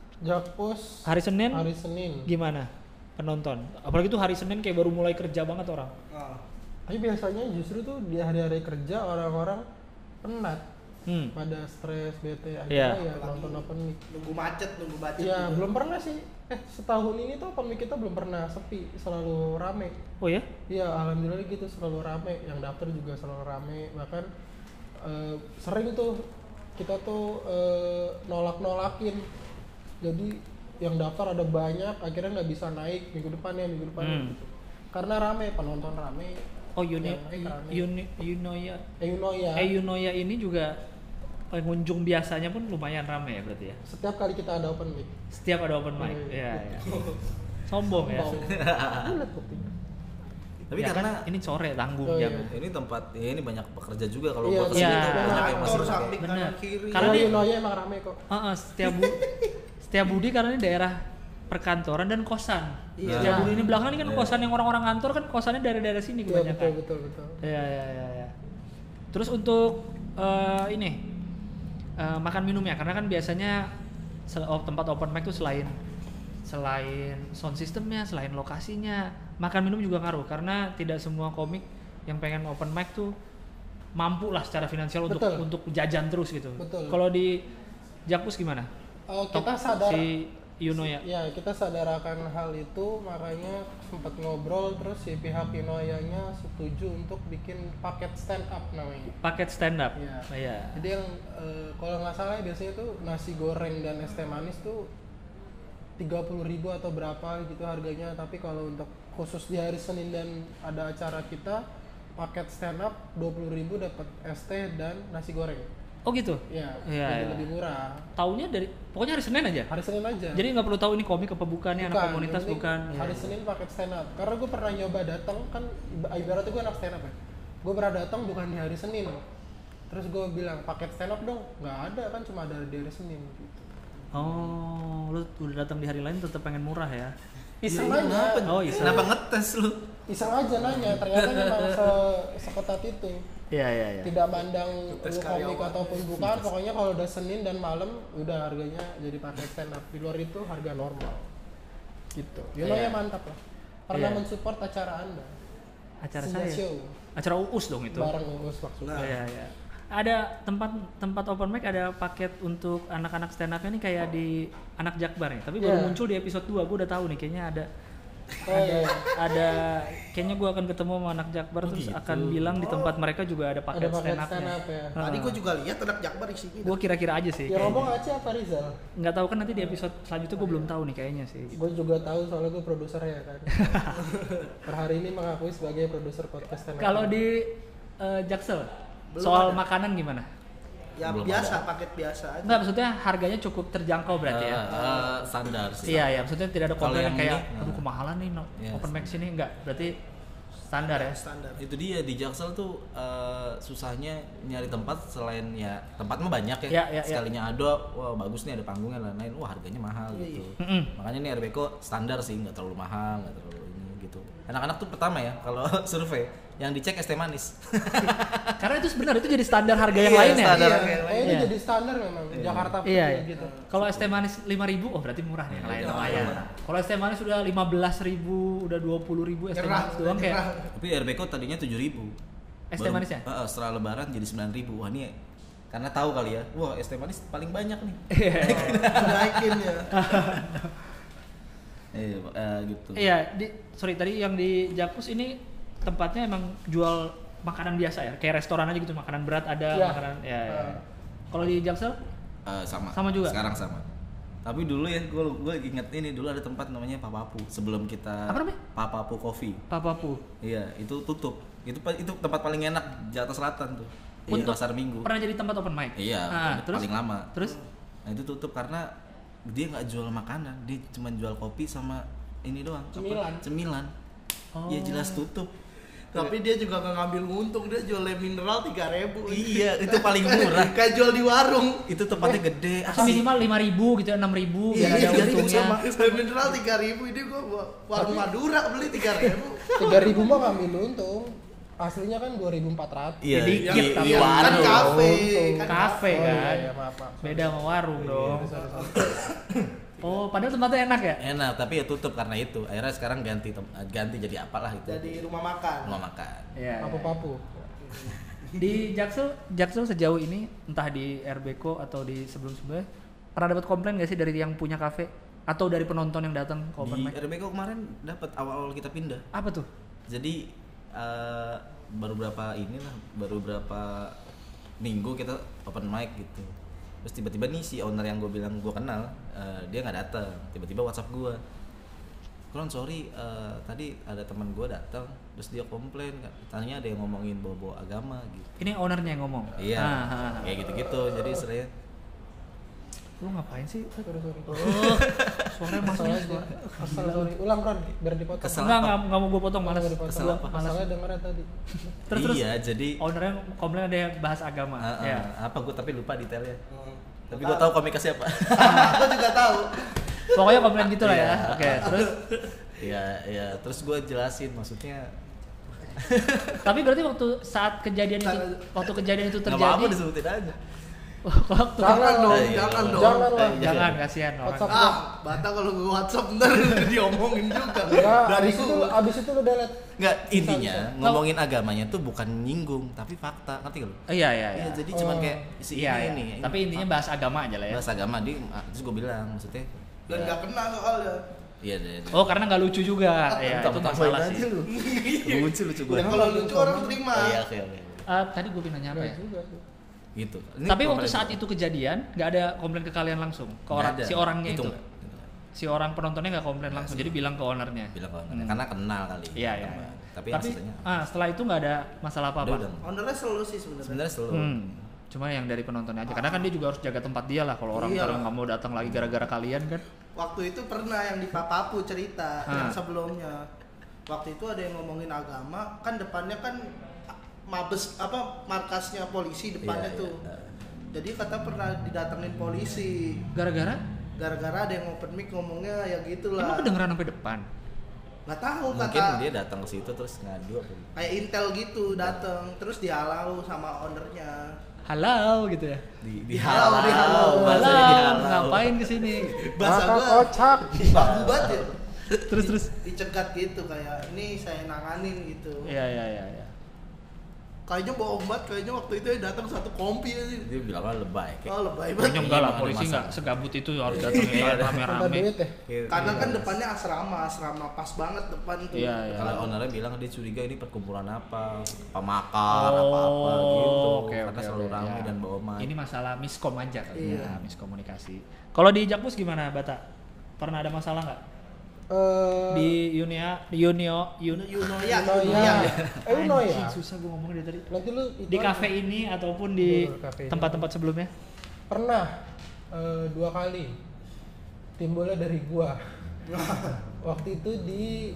Jakpus hari Senin hari Senin. gimana penonton? Apalagi tuh hari Senin kayak baru mulai kerja banget orang. Oh. Tapi biasanya justru tuh di hari-hari kerja orang-orang penat, Hmm. pada stres, bete, Iya. akhirnya ya nonton open mic. Nunggu macet, nunggu macet. Iya, juga. belum pernah sih. Eh, setahun ini tuh open mic kita belum pernah sepi, selalu rame. Oh ya? Iya, alhamdulillah gitu selalu rame. Yang daftar juga selalu rame. Bahkan eh, sering tuh kita tuh eh, nolak-nolakin. Jadi yang daftar ada banyak, akhirnya nggak bisa naik minggu depannya, minggu depannya. Hmm. Gitu. Karena rame, penonton rame. Oh, Yuni, Yang naik rame. Yuni, Yunoya, Eh, you know ya. eh Yunoya ini juga pengunjung biasanya pun lumayan ramai ya berarti ya. Setiap kali kita ada open mic. Setiap ada open mic. Oh, Iya, iya. Sombong ya. Bau. Bulat buktinya. Tapi Ya karena kan, ini sore tanggung Oh, jam. iya. ini tempat ya ini banyak pekerja juga kalau Iya, gua kesini iya. tuh banyak yang masih Aktor pakai. samping Bener. kanan kiri. Karena Karena dia- you know ya emang rame kok. Heeh, setiap bu setiap Budi karena ini daerah perkantoran dan kosan. Iya. Setiap Budi ini belakang ini kan Iya. kosan yang orang-orang kantor kan kosannya daerah-daerah sini Iya, kebanyakan. betul betul betul. Iya, iya, iya, iya. Terus untuk eh, ini eh, makan minumnya karena kan biasanya sel- oh, tempat open mic tuh selain selain sound systemnya, selain lokasinya, makan minum juga ngaruh karena tidak semua komik yang pengen open mic tuh mampu lah secara finansial untuk Betul. untuk jajan terus gitu. Betul. Kalau di Jakpus gimana? Eh, kita Top- sadar si Yuno ya. ya kita sadar akan hal itu, makanya sempat ngobrol terus si pihak Inoyanya setuju untuk bikin paket stand up namanya. Paket stand up. Iya. Iya. Jadi yang eh, kalau nggak salah biasanya tuh nasi goreng dan es teh manis tuh tiga puluh ribu atau berapa gitu harganya, tapi kalau untuk khusus di hari Senin dan ada acara kita paket stand up dua puluh ribu dapat es teh dan nasi goreng. Oh gitu. Iya, Iya, jadi iya. lebih murah. Taunya dari pokoknya hari Senin aja. Hari Senin aja. Jadi nggak perlu tahu ini komik apa bukan, ini anak Bukan, komunitas yang penting bukan. Hari Iya. Senin paket stand up. Karena gue pernah nyoba datang kan iba- ibaratnya gue anak stand up ya. Gue pernah datang bukan di hari Senin. Terus gue bilang paket stand up dong. Nggak ada kan, cuma ada di hari Senin gitu. Oh, lu udah datang di hari lain tetap pengen murah ya? Iseng Iya, aja. Oh, iseng. Kenapa ngetes lu? Iseng aja nanya. Ternyata memang se- seketat itu. Iya, iya, iya. Tidak mandang Tes lu komik karyawan. ataupun bukan. Pokoknya kalau udah Senin dan malam udah harganya jadi paket stand up. Di luar itu harga normal. Gitu. You know Iya. ya mantap lah. Pernah Iya. mensupport acara Anda. Acara Senja saya. Show. Acara U U S dong itu. Bareng Uus maksudnya. Nah. Iya, iya. Ada tempat tempat open mic, ada paket untuk anak-anak stand up-nya nih kayak di Anak Jakbar nih. Tapi baru Iya. muncul di episode dua, gue udah tahu nih kayaknya ada Oh iya. ada kayaknya gue akan ketemu sama Anak Jakbar Oh, terus gitu. akan bilang di tempat mereka juga ada paket Ada paket stand stand up-nya. up ya. Tadi gue juga lihat anak Jakbar isinya. Gue kira-kira aja sih. Ya kayaknya. ngomong Aceh apa Rizal? Nggak tahu kan nanti di episode selanjutnya gue belum tahu nih kayaknya sih. Gue juga tahu soalnya gue produsernya kan. Per hari ini mengakui sebagai produser podcast stand up. Kalau di eh, Jaksel Belum soal ada. makanan gimana? Ya Belum biasa, paket biasa aja. Enggak, maksudnya harganya cukup terjangkau berarti ya. Eh, eh, standar sih. Iya, ya, maksudnya tidak ada Kalau komplain yang kayak ini, aduh nah. kemahalan nih no, Iya, open mic sini enggak. Berarti standar ya. Standar. Itu dia di Jaksel tuh eh, susahnya nyari tempat selain ya tempat mah banyak ya. Ya, ya, ya. Sekalinya ada, wah bagus nih ada panggungnya lain-lain, wah harganya mahal Iya, gitu. Mm-mm. Makanya nih R B K standar sih, nggak terlalu mahal, nggak terlalu ini gitu. Anak-anak tuh pertama ya kalau survei yang dicek es teh manis. Karena itu sebenarnya itu jadi standar harga yang Iya, lain ya. standar. Iya, harga yang kayaknya lain. jadi standar memang. Jakarta pun Iya, juga iya. gitu. Kalau es teh manis lima ribu, oh berarti murah nih yang lain Iya, lumayan. iya. Kalau es teh manis sudah lima belas ribu, udah dua puluh ribu es teh Nyerah, manis doang kayak nyerah. Tapi R B K tadinya tujuh ribu. Es teh manisnya? Heeh, setelah lebaran jadi sembilan ribu. Wah, ini karena tahu kali ya, wah es teh manis paling banyak nih. Naikin ya. Eh, uh, gitu. Iya, di, sorry tadi yang di Jakpus ini tempatnya emang jual makanan biasa ya, kayak restoran aja gitu, makanan berat ada, Ya. makanan ya. ya. Uh. Kalau di Jaksel Uh, sama. Sama juga? Sekarang sama. Tapi dulu ya, gue gue inget ini dulu ada tempat namanya Papapu sebelum kita. Apa namanya? Papapu Coffee. Papapu. Iya, itu tutup. Itu pa- itu tempat paling enak Jakarta Selatan tuh. Di Untuk pasar Minggu. Pernah jadi tempat open mic? Iya, Ah, itu terus? paling lama. Terus? Nah, itu tutup karena dia nggak jual makanan, dia cuma jual kopi sama ini doang. apa? Cemilan. Cemilan. Oh. Ya jelas tutup. Tapi dia juga nggak ngambil untung, dia jual le mineral tiga ribu. Iya, itu paling murah. Kayak jual di warung. Itu tempatnya gede. Masa minimal lima ribu gitu, enam ribu biar ada Iya, untungnya. sama. Le mineral tiga ribu, ini gua warung Madura beli tiga ribu. tiga ribu mah ngambil untung. Aslinya kan dua ribu empat ratus. Iya, Dikit, di- tapi di kan warung. kafe, Untung. kan Kafe Oh, kan. iya, iya, maaf, maaf. Beda sama warung Iya, dong. sorry, sorry. Oh, padahal tempatnya enak ya? Enak, tapi ya tutup karena itu. Akhirnya sekarang ganti tem- ganti jadi apalah itu. Jadi rumah makan. Rumah makan. Iya. Papu-papu. Di Jaksel, Jaksel sejauh ini entah di R B K O atau di sebelum-sebelumnya pernah dapat komplain gak sih dari yang punya kafe atau dari penonton yang datang ke open Di mic? R B K kemarin dapat awal-awal kita pindah. Apa tuh? Jadi eh, baru berapa inilah, baru berapa minggu kita open mic gitu. Terus tiba-tiba nih si owner yang gue bilang gue kenal, eh, dia nggak datang. Tiba-tiba WhatsApp gue, Kron sorry, eh, tadi ada teman gue datang, terus dia komplain, tanya ada yang ngomongin bawa-bawa agama gitu. Ini ownernya yang ngomong. Iya, Ah, ah, ah. kayak gitu-gitu. Jadi istilahnya Lu ngapain sih? Sorry, sorry. Oh, suaranya masuk Masalahnya suara. Asal sorry. Ulang kan biar dipotong. Kesel. Enggak, enggak, enggak mau gue potong, malas. Nggak dipotong. Kesel apa? Malas. Masalahnya dengarnya tadi. Terus, terus. iya, jadi Ownernya komplain ada yang bahas agama. ah, ah, Ya. apa gue tapi lupa detailnya. Hmm. Tapi gue tahu komiknya siapa. Gua juga tahu. Pokoknya komplain gitu lah ya. Iya. Oke, terus Iya, iya. Terus gue jelasin maksudnya tapi berarti waktu saat kejadian itu waktu kejadian itu nggak terjadi apa-apa disebutin aja. waktu Jangan dong, Iya, jangan iya. dong. Jangan lah. Iya. jangan kasihan orang. WhatsApp. Ah, Bata kalau gua WhatsApp ntar diomongin juga. Enggak, Dari abis itu gua. abis itu lu delete. Nggak, intinya bisa. ngomongin agamanya tuh bukan nyinggung, tapi fakta. Ngerti gak lu? Oh, iya iya iya. Iya, jadi cuman Oh. kayak si Iya, ini iya. nih. Tapi intinya bahas agama aja lah ya. bahas agama dia, ah, terus gue bilang maksudnya Dan ya, nggak kena soalnya. iya deh. Oh, karena nggak lucu juga. Ya, itu masalah sih. Lucu lucu gue. Dan kalau lucu orang terima. Iya, oke oke. Eh, tadi gue pindah nyapa ya. Enggak juga sih. Gitu. Ini Tapi waktu komplain saat gua. itu kejadian nggak ada komplain ke kalian langsung, ke Nggak orang ada. si orangnya itu. nggak. Si orang penontonnya nggak komplain langsung, jadi bilang ke ownernya. Bilang kalau Hmm. karena kenal kali. Iya iya. teman. Tapi, Tapi maksudnya ah, setelah itu nggak ada masalah udah, apa-apa. udah. Ownernya selalu sih sebenarnya. Sebenarnya selalu. Hmm. Cuma yang dari penontonnya aja, karena kan dia juga harus jaga tempat dia lah. Kalau orang Iya kalau lah. nggak mau datang lagi gara-gara kalian kan. Waktu itu pernah yang di Papapu cerita Ah. yang sebelumnya. Waktu itu ada yang ngomongin agama, kan depannya kan mabes apa markasnya polisi depannya Iya, tuh. iya. Jadi kata pernah didatengin polisi. Gara-gara Gara-gara ada yang open mic ngomongnya ya emang gitulah. kedengeran sampai depan. Nggak tahu Mungkin kata dia datang ke situ terus ngadu apa. kayak intel gitu dateng terus dihalau sama ownernya. Halau gitu ya. Di Dihalau, dihalau. dihalau. bahasanya Halau, dihalau. ngapain kesini? Bahasa Maka gua kocak. baku banget ya. Terus terus. Dicegat gitu kayak ini saya nanganin gitu. Iya iya iya. iya. Kayaknya bohong banget, kayaknya waktu itu yang datang satu kompi aja. Dia bilang kan lebay kayak. Oh lebay Kayaknya banget. enggak lah, Ada polisi masalah. nggak segabut itu harus datang Iya, Tambah rame-rame. duit ya. Kayak- Karena kan iya. depannya asrama, asrama pas banget depan tuh. Iya, iya. Kalau ownernya bilang dia curiga ini perkumpulan apa, pemakar Oh, apa-apa gitu. oke, Karena oke, selalu oke, ramai ya. dan bawa mic. Ini masalah miskom aja kali Iya. ya, miskomunikasi. Kalau di Jakpus gimana, Bata? Pernah ada masalah nggak? Eh, Di Unia, di Unio, Un Yunoya, Uno Yunoya. ya. Eh Uno ya. Anjing, susah gue ngomongnya dari tadi. Nanti lu itu Di aja. kafe ini ataupun di Bener, kafe ini. tempat-tempat sebelumnya? Pernah eh, dua kali. Timbulnya dari gua. Waktu itu di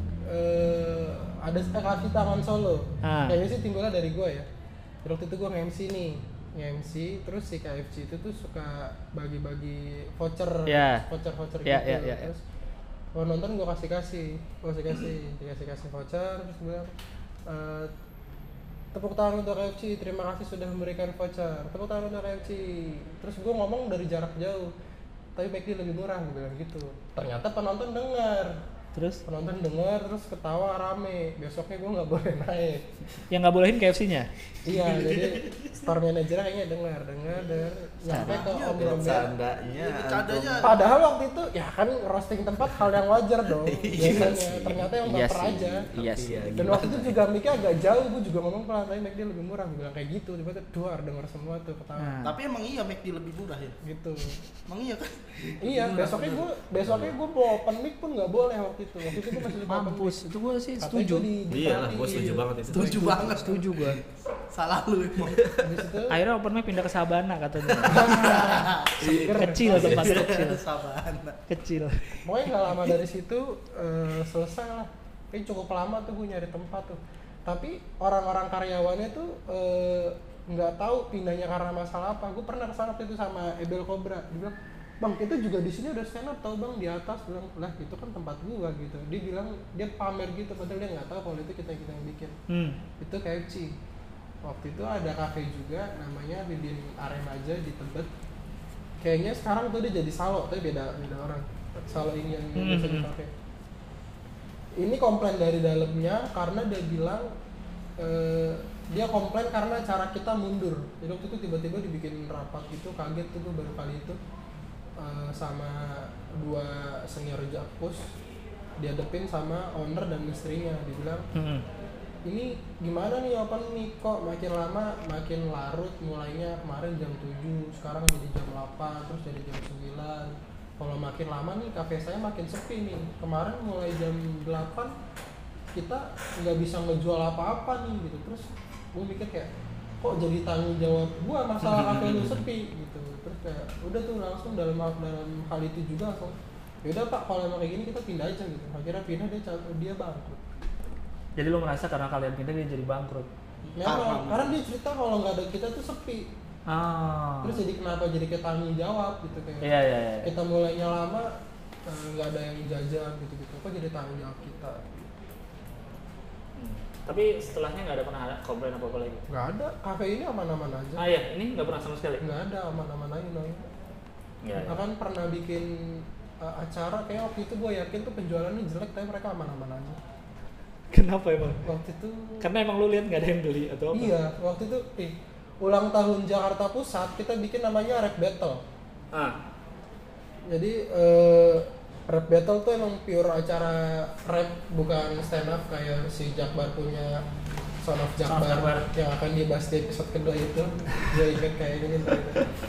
eh, ada eh, kasih tangan Solo. Ah. Kayaknya sih timbulnya dari gua ya. Terus waktu itu gua nge-M C nih. Nge-M C terus si K F C itu tuh suka bagi-bagi voucher, Ya. voucher-voucher Ya, gitu. ya, ya, ya. Terus mau nonton gua kasih-kasih, gua kasih-kasih, dikasih-kasih voucher terus bilang eh, tepuk tangan untuk K F C, terima kasih sudah memberikan voucher. Tepuk tangan untuk K F C. Terus gue ngomong dari jarak jauh, tapi McD lebih murah, gue bilang gitu. Ternyata penonton dengar. Terus? Penonton dengar terus ketawa rame. Besoknya gue nggak boleh naik. Yang nggak bolehin K F C-nya? Iya, jadi store manager kayaknya dengar, dengar, dengar. Nyampe ke Caranya, Om Robert. Bercandanya. Bercandanya. Padahal waktu itu ya kan roasting tempat hal yang wajar dong. Biasanya ternyata yang Iya baper sih. aja. Iya sih. Iya, Dan waktu itu juga mic-nya agak jauh, gue juga ngomong pelan, tapi mic dia lebih murah. Gue bilang kayak gitu, tiba-tiba duar denger semua tuh ketawa. Nah. Tapi emang iya McD lebih murah ya. Gitu. Emang iya kan? Iya, besoknya gue besoknya gue mau open mic pun nggak boleh waktu itu. Waktu itu gue masih suka open mic. Mampus, itu gue sih Katanya setuju. gua di- di Iya lah, Bali. gue setuju banget itu. Setuju banget. Setuju gue. Salah lu emang. Habis itu Akhirnya open mic pindah ke Sabana katanya. seger. Kecil tempat kecil. Sabana. Kecil. Pokoknya nggak lama dari situ eh, selesai lah. Kayaknya cukup lama tuh gue nyari tempat tuh. Tapi orang-orang karyawannya tuh eh, nggak tahu pindahnya karena masalah apa. Gue pernah kesana waktu itu sama Ebel Cobra. Dia bilang, bang kita juga di sini udah stand up tau bang di atas. Bilang lah itu kan tempat gua gitu. Dia bilang dia pamer gitu padahal dia nggak tahu kalau itu kita kita yang bikin. Hmm. Itu K F C. Waktu itu ada kafe juga namanya Bibin Aremaja di Tebet. Kayaknya sekarang tuh dia jadi Salo tapi beda beda orang. Salo ini yang Hmm. biasa di kafe. Ini komplain dari dalamnya karena dia bilang eh, dia komplain karena cara kita mundur. Jadi waktu itu tiba-tiba dibikin rapat gitu, kaget tuh gue baru kali itu eh, sama dua senior Jakpus dihadapin sama owner dan istrinya. Dibilang Hmm. ini gimana nih open nih kok makin lama makin larut, mulainya kemarin jam tujuh sekarang jadi jam delapan terus jadi jam sembilan. Kalau makin lama nih kafe saya makin sepi nih. Kemarin mulai jam delapan kita nggak bisa ngejual apa-apa nih gitu. Terus gue mikir kayak kok jadi tanggung jawab gua masalah kafe lu sepi gitu. Terus kayak udah tuh langsung dalam dalam hal itu juga langsung yaudah pak kalau emang kayak gini kita pindah aja gitu. Akhirnya pindah dia dia bangkrut. Jadi lo merasa karena kalian pindah dia jadi bangkrut? Memang, karena dia cerita kalau nggak ada kita tuh sepi. Ah. Terus jadi kenapa jadi kita tanggung jawab gitu kayak. Iya iya iya. Kita mulainya lama eh, nggak ada yang jajan gitu-gitu. Kok jadi tanggung jawab kita? Hmm. Tapi setelahnya nggak ada pernah ada komplain apa apa lagi? Nggak ada. Kafe ini aman-aman aja. Ah iya, ini nggak pernah sama sekali. Nggak ada aman-aman aja Noy. Iya. iya. Bahkan pernah bikin eh, acara kayak waktu itu gue yakin tuh penjualannya jelek tapi mereka aman-aman aja. Kenapa emang? Waktu itu. Karena emang lu lihat nggak ada yang beli atau apa? Iya. Waktu itu. Eh, ulang tahun Jakarta Pusat kita bikin namanya Rap Battle. Ah. Jadi eh, Rap Battle tuh emang pure acara rap bukan stand up kayak si Jakbar punya Son of Son of Jakbar Jakbar. yang akan dibahas di episode kedua itu. Gue inget kayak ini gitu.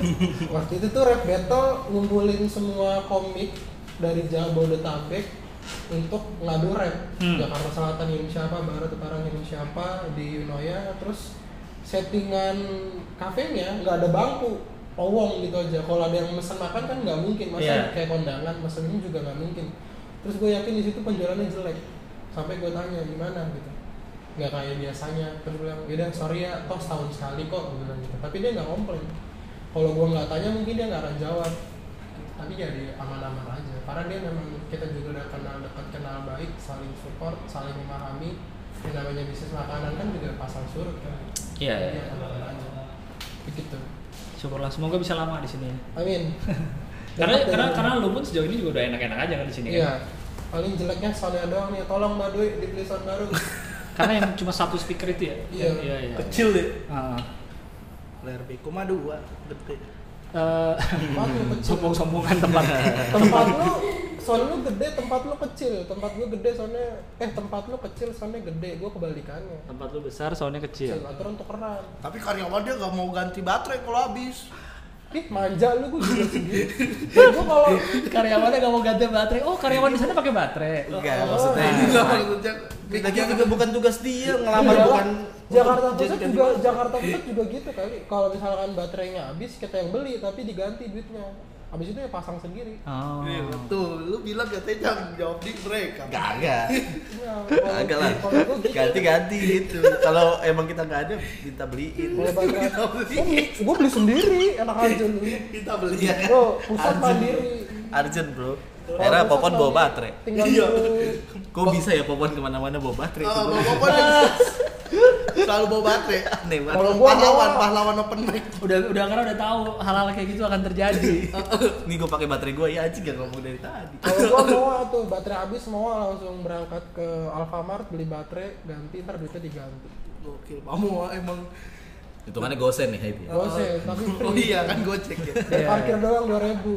Waktu itu tuh Rap Battle ngumpulin semua komik dari Jabodetabek untuk ngadu rap. Hmm. Jakarta Selatan ngirim siapa, Barat Utara ngirim siapa, di Unoya terus settingan kafenya nggak ada bangku, lowong gitu aja. Kalau ada yang mesen makan kan nggak mungkin, masa Yeah. kayak kondangan mesen ini juga nggak mungkin. Terus gue yakin di situ penjualannya jelek. Sampai gue tanya gimana gitu, nggak kayak biasanya. Terus gue bilang, yaudah sorry ya, toh setahun sekali kok, gue bilang gitu. Tapi dia nggak komplain. Kalau gue nggak tanya mungkin dia nggak akan jawab. Tapi jadi aman-aman aja. Karena dia memang kita juga udah kenal dekat, kenal baik, saling support, saling memahami. Yang namanya bisnis makanan kan juga pasang surut kan. Iya. iya. Jadi aman-aman aja. Begitu. Syukurlah, semoga bisa lama di sini. Amin. Karena Dapat karena dari- karena lu pun sejauh ini juga udah enak-enak aja kan di sini Iya. kan. Paling jeleknya soundnya doang nih. Tolong Mbak Dwi dibeli sound baru. Karena yang cuma satu speaker itu ya. Iya. Iya iya. Kecil deh. Ah. Layar B koma dua gede. Eh, Tempat lu kecil. sombong-sombongan tempat. Tempat lu sound lu gede, tempat lu kecil. Tempat gua gede soundnya eh tempat lu kecil soundnya gede. Gua kebalikannya. Tempat lu besar, soundnya kecil. Kecil aturan tukeran. Tapi karyawan dia nggak mau ganti baterai kalau habis. Ih manja lu gua juga sendiri. Dan gua kalau Karyawannya gak mau ganti baterai. Oh, karyawan di sana pakai baterai. Enggak, Oh, maksudnya iya. ini Nggak maksudnya. lagi juga bukan tugas dia ngelamar Iya, bukan Jakarta untuk Pusat jadi juga ganti Jakarta Pusat juga gitu kali. Kalau misalkan baterainya habis kita yang beli tapi diganti duitnya. Habis itu ya pasang sendiri. Oh. Iya, betul. Lu bilang katanya jangan jawab di mereka. Kagak. Nah, kalau- Kagak lah. kalau gua gitu. Ganti-ganti gitu. Kalau emang kita nggak ada, minta beliin. Kalau baterai, Kita beli. gue beli sendiri, enak aja lu. Kita beli ya. Bro, pusat Arjen. mandiri. Arjen bro. Kalau Era pusat Popon bawa mandiri, baterai. Tinggal Iya. lu. Kok bisa ya Popon kemana-mana bawa baterai? Ah, Itu bawa gua- Popon yang Selalu bawa baterai. Aneh banget. Kalau gua pahlawan, bawa- pahlawan open mic. Udah udah karena udah tahu hal-hal kayak gitu akan terjadi. Nih gue pakai baterai gue ya anjing gak ngomong dari tadi. Kalau gua mau tuh baterai habis mau langsung berangkat ke Alfamart beli baterai ganti ntar duitnya diganti. Gokil, kamu emang Hitungannya gosen nih itu ya. Gosek tapi oh free. iya kan gocek ya. Dari Iya, parkir iya. doang dua ribu.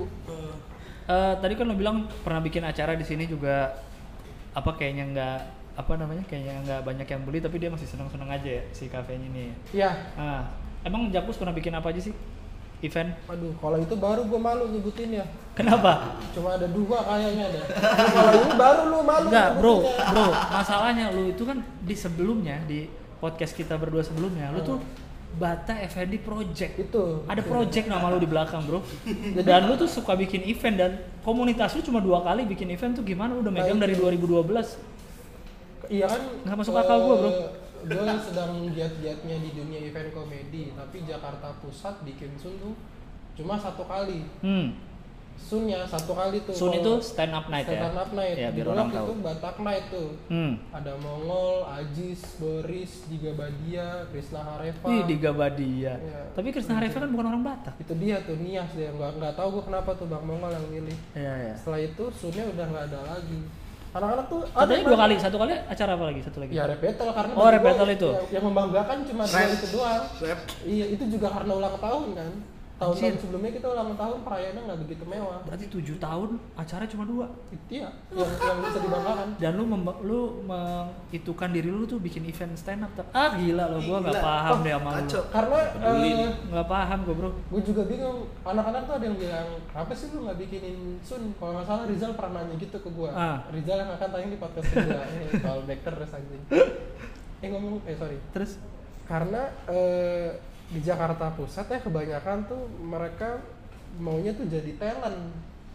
Eh, tadi kan lo bilang pernah bikin acara di sini juga apa kayaknya nggak apa namanya kayaknya nggak banyak yang beli tapi dia masih senang-senang aja ya si kafenya ini. Iya. Nah, emang Jakpus pernah bikin apa aja sih event? Aduh, kalau itu baru gua malu nyebutin ya. Kenapa? Cuma ada dua kayaknya ada. Kalau ini baru lu malu. Enggak, bro, nyebutinnya. bro. Masalahnya lu itu kan di sebelumnya di podcast kita berdua sebelumnya, lu tuh Bata F and D Project. Itu. Ada project nama lu di belakang, bro. Dan lu tuh suka bikin event dan komunitas lu cuma dua kali bikin event tuh gimana? Lu udah megang dari dua ribu dua belas. Iya kan? Nggak masuk akal gua, bro. Gue sedang giat-giatnya di dunia event komedi, tapi Jakarta Pusat bikin Sun tuh cuma satu kali. Hmm. Sunnya satu kali tuh. Sun itu Kalau stand up night ya. stand up night. Ya, biar Dulu orang waktu tahu. itu Batak Night tuh. Hmm. Ada Mongol, Ajis, Boris, Diga Badia, Krisna Hareva. Ih, Diga Badia. Iya. Tapi Krisna Hareva kan bukan orang Batak. Itu dia tuh Nias dia nggak nggak tahu gue kenapa tuh Bang Mongol yang milih. Iya, iya. Setelah itu Sunnya udah nggak ada lagi. Anak-anak tuh Katanya dua banyak. kali, satu kali acara apa lagi? Satu lagi. Ya rap battle karena Oh, bagi rap gua battle itu. Yang, yang membanggakan cuma dua Rap. itu doang. Rap. Iya, itu juga karena ulang tahun kan. Tahun-tahun Anjir. sebelumnya kita ulang tahun perayaannya nggak begitu mewah. Berarti tujuh tahun acara cuma dua. Itu ya yang yang bisa dibanggakan. Dan lu memba- lu menghitungkan diri lu tuh bikin event stand up. Ah gila lo, gua nggak Gila. paham deh sama lu. Kacau. Karena Peduli eh, nih. Nggak paham gua, bro. gue juga bingung. Anak-anak tuh ada yang bilang, apa sih lu nggak bikinin Sun? Kalau nggak salah Rizal pernah nanya gitu ke gue. Ah. Rizal yang akan tayang di podcast gue. Eh, kalau back terus anjing. Eh ngomong, eh sorry. Terus Karena eh, di Jakarta Pusat ya kebanyakan tuh mereka maunya tuh jadi talent.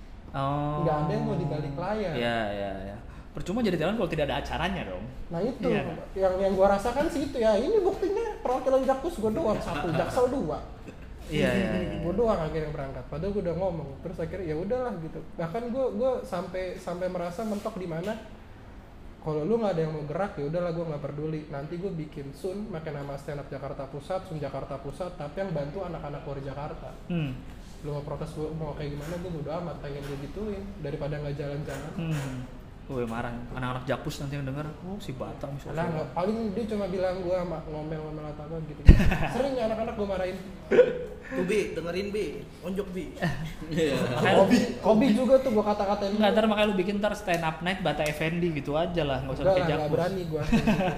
oh. Nggak ada yang mau di balik layar. Iya, iya, iya. Percuma jadi talent kalau tidak ada acaranya dong. Nah itu Iya. yang yang gua rasakan sih itu ya. Ini buktinya perwakilan Jakpus gua doang satu, Jaksel dua. Iya, iya, iya. Gua doang akhirnya berangkat. Padahal gua udah ngomong. Terus akhirnya ya udahlah gitu. Bahkan gua gua sampai sampai merasa mentok di mana kalau lu nggak ada yang mau gerak ya udahlah gua nggak peduli. Nanti gua bikin Sun pakai nama stand up Jakarta Pusat, Sun Jakarta Pusat, tapi yang bantu anak-anak luar Jakarta. Hmm. Lu mau protes gua mau kayak gimana gua bodo amat, pengen gua gituin daripada nggak jalan-jalan. Hmm. Gue marah. Anak-anak Jakpus nanti yang denger, oh si Bata misalnya. Lah nggak, paling dia cuma bilang gua ma- ngomel-ngomel atau apa gitu. Sering anak-anak gua marahin. Tuh B, dengerin B, onjok B. Iya. Kobi, Kobi juga tuh gua kata-katain. Enggak, ntar makanya lu bikin ntar stand up night Bata F and D gitu aja lah, nggak usah Enggak pakai lah, nggak Jakpus. berani gua.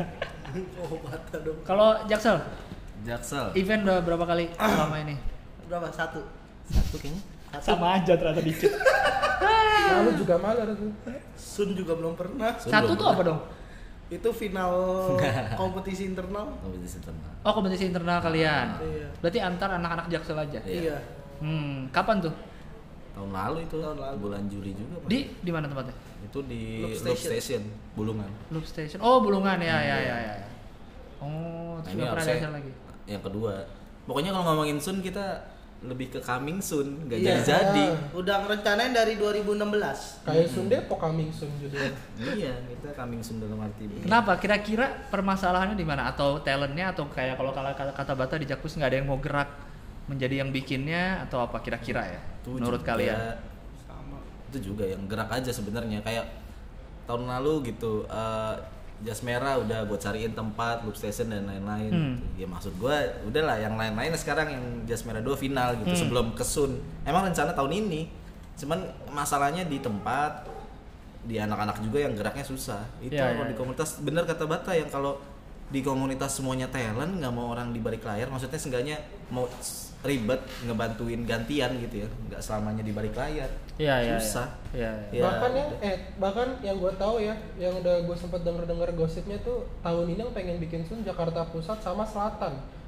Oh, bata dong. Kalau Jaksel, Jaksel. event udah berapa kali selama ini? Berapa? Satu. Satu kayaknya. Sama aja ternyata dikit. Malu juga malu ada tuh. Sun juga belum pernah. Sun Satu belum tuh apa dong? Itu final kompetisi internal. Kompetisi internal. Oh, kompetisi internal kalian. Iya. Berarti antar anak-anak Jaksel aja. Iya. Iya. Hmm, kapan tuh? Tahun lalu itu. Tahun lalu. Bulan Juli juga. Pak. Di di mana tempatnya? Itu di Loop Loop Station. Station, Bulungan. Loop Station. Oh, Bulungan ya, ya, Iya. ya, ya. Oh, Nah, terus ini nggak pernah ada harusnya acara lagi. yang kedua. Pokoknya kalau ngomongin Sun kita lebih ke coming soon, nggak Iya. jadi-jadi. Udah ngerencanain dari dua ribu enam belas. Kayak Sun Depok coming soon judulnya. Iya, kita coming soon dalam arti begini. Kenapa? Kira-kira permasalahannya di mana? Atau talentnya? Atau kayak kalau kata, kata Bata di Jakpus nggak ada yang mau gerak menjadi yang bikinnya? Atau apa kira-kira ya? Itu Menurut juga- kalian? Sama. Itu juga yang gerak aja sebenarnya. Kayak tahun lalu gitu, eh, Jas Merah udah gue cariin tempat, Loop Station dan lain-lain. Hmm. Ya maksud gue, udahlah yang lain-lain sekarang yang Jas Merah dua final gitu Hmm. sebelum ke Sun. Emang rencana tahun ini, cuman masalahnya di tempat, di anak-anak juga yang geraknya susah. Itu Ya, kalau ya, di ya. komunitas bener kata Bata yang kalau di komunitas semuanya talent, nggak mau orang di balik layar. Maksudnya seenggaknya mau s- ribet ngebantuin gantian gitu ya, nggak selamanya di balik layar. Iya, iya. Susah. Iya, iya. Ya, bahkan ya, udah. eh bahkan yang gue tahu ya, yang udah gue sempet denger-denger gosipnya tuh tahun ini yang pengen bikin Sun Jakarta Pusat sama Selatan.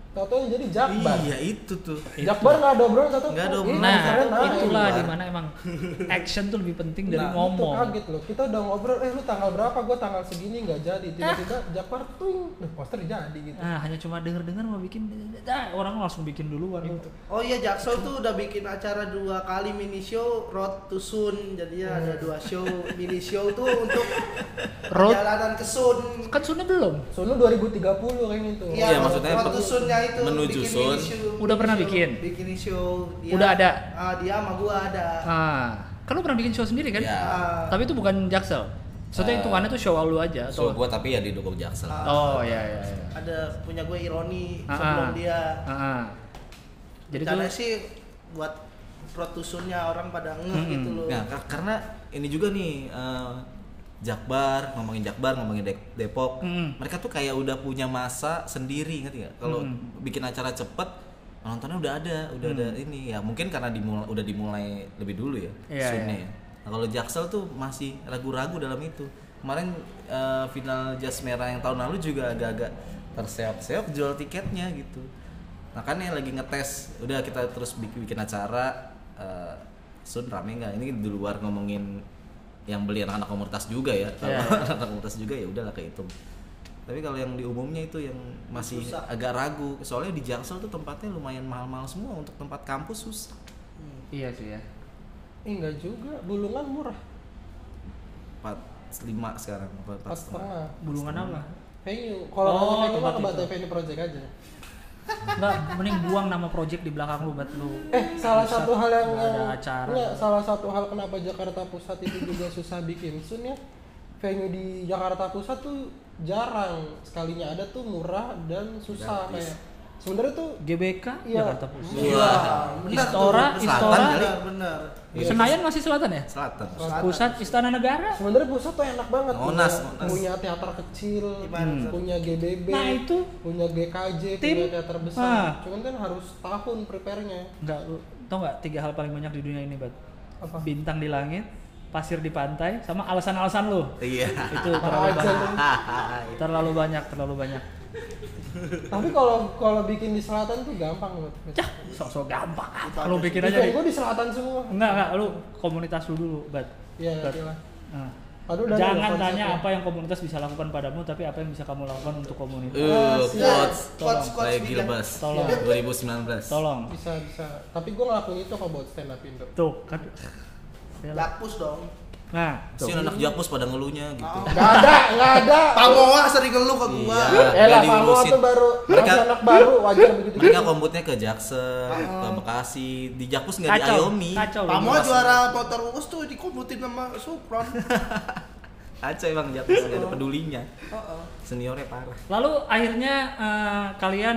Tahu yang jadi Jakbar. Iya itu tuh. Jakbar nggak ada obrolan tahu. Nggak ada obrolan. Nah, nah, itulah ini. dimana emang action tuh lebih penting dari Nah, ngomong. itu kaget loh. Kita udah ngobrol, eh lu tanggal berapa? Gua tanggal segini nggak jadi. Tiba-tiba Jakbar tuh, nah, poster jadi gitu. Nah, hanya cuma denger-dengar mau bikin, ah, orang langsung bikin duluan. Gitu. Oh iya, Jaksel tuh udah bikin acara dua kali mini show Road to Sun. Jadinya ada dua show mini show tuh untuk Road- perjalanan ke Sun. Kan Sunnya belum. Soalnya dua ribu tiga puluh kayak gitu. Iya, maksudnya Road to Sun-nya itu menuju bikin Sun. mini show, Udah mini pernah show, bikin? Bikin show. Dia, Udah ada? Ah, dia sama gua ada. Ah, kan lu pernah bikin show sendiri kan? Ya. Ah, Tapi itu bukan Jaksel. Maksudnya Ah. hitungannya tuh show lu aja So atau? gua tapi ya didukung Jaksel. Ah. Oh iya iya iya. ada punya gue ironi Ah, sebelum ah. dia. Ah, ah. Jadi tuh Caranya sih buat Road to Sun-nya orang pada ngeh Mm-mm. gitu loh. Nah, kar- karena ini juga nih eh, Jakbar, ngomongin Jakbar, ngomongin Dek- Depok. Mm. Mereka tuh kayak udah punya masa sendiri, ngerti nggak? Kalau Mm. bikin acara cepet, penontonnya udah ada, udah ada ini ya. Mungkin karena dimulai, udah dimulai lebih dulu ya, Iya, Sunnya iya. ya. Nah, kalau Jaksel tuh masih ragu-ragu dalam itu. Kemarin eh, final Jas Merah yang tahun lalu juga agak-agak terseok-seok jual tiketnya gitu. Makanya lagi ngetes, udah kita terus bikin, bikin acara uh, Sun rame nggak? Ini di luar ngomongin yang beli anak-anak komunitas juga ya. Kalau Iya, iya. anak komunitas juga ya udahlah kehitung. Tapi kalau yang di umumnya itu yang masih Susah. agak ragu. Soalnya di Jaksel tuh tempatnya lumayan mahal-mahal semua, untuk tempat kampus susah. iya sih ya. Eh, enggak juga, Bulungan murah. empat lima sekarang, empat Empat setengah. Bulungan apa? Venue. Kalau Oh, mau venue mah tempat ke Batu itu. Venue Project aja. Enggak, mending buang nama project di belakang lu buat lu. Eh, salah Pusat, satu hal yang, nggak ada yang acara. enggak, salah satu hal kenapa Jakarta Pusat itu juga susah bikin Sun ya. Venue di Jakarta Pusat tuh jarang, sekalinya ada tuh murah dan susah Gratis. kayak. Sebenarnya tuh G B K Iya. Jakarta Pusat. Iya. benar Istora, tuh. Istora. Selatan Benar, benar. Iya. Senayan masih selatan ya? Selatan. Selatan. Pusat Istana Negara. sebenarnya pusat tuh enak banget. Monas, punya, Monas. punya teater kecil, Gimana tuh? punya G B B, Nah, itu punya G K J, tim. punya teater Ah. besar. Cuman kan harus tahun prepare-nya. enggak, lu tau enggak tiga hal paling banyak di dunia ini, Bat? Apa? Bintang di langit, pasir di pantai, sama alasan-alasan lu. Iya. Itu terlalu Aja banyak. lu. Terlalu banyak, terlalu banyak. Tapi kalau kalau bikin di selatan tuh gampang banget. Cah, sok-sok gampang. Itu Lu aja bikin Event aja deh. gue di selatan semua. Enggak, enggak, lu komunitas lu dulu, Bat. Iya, Bat. nanti lah. Nah, Aduh, udah ada jangan konsepnya. tanya apa yang komunitas bisa lakukan padamu, tapi apa yang bisa kamu lakukan untuk komunitas. Uh, siap. quotes. Quotes, quotes Kayak bijak. Gilbas. Tolong. dua ribu sembilan belas. Tolong. Bisa bisa. Tapi gue ngelakuin itu kok buat stand up Indo. Tuh, kan. Jakpus dong. Nah, Si tuh. anak Jakpus pada ngeluhnya gitu. Oh. Gak ada, gak ada. Pamoa sering ngeluh ke gua. Iya. Eh Nggak lah, Pamoa diurusin. tuh baru Mereka- masih anak baru, wajar begitu. Mereka kombutnya ke Jaksel, ke Oh. Bekasi, di Jakpus nggak di Kacau, Ayomi. kacau. lu. Pamoa juara motor uus tuh dikomputin sama Supron. Kacau emang Jakpus nggak ada pedulinya. Heeh. Seniornya parah. Lalu akhirnya eh, kalian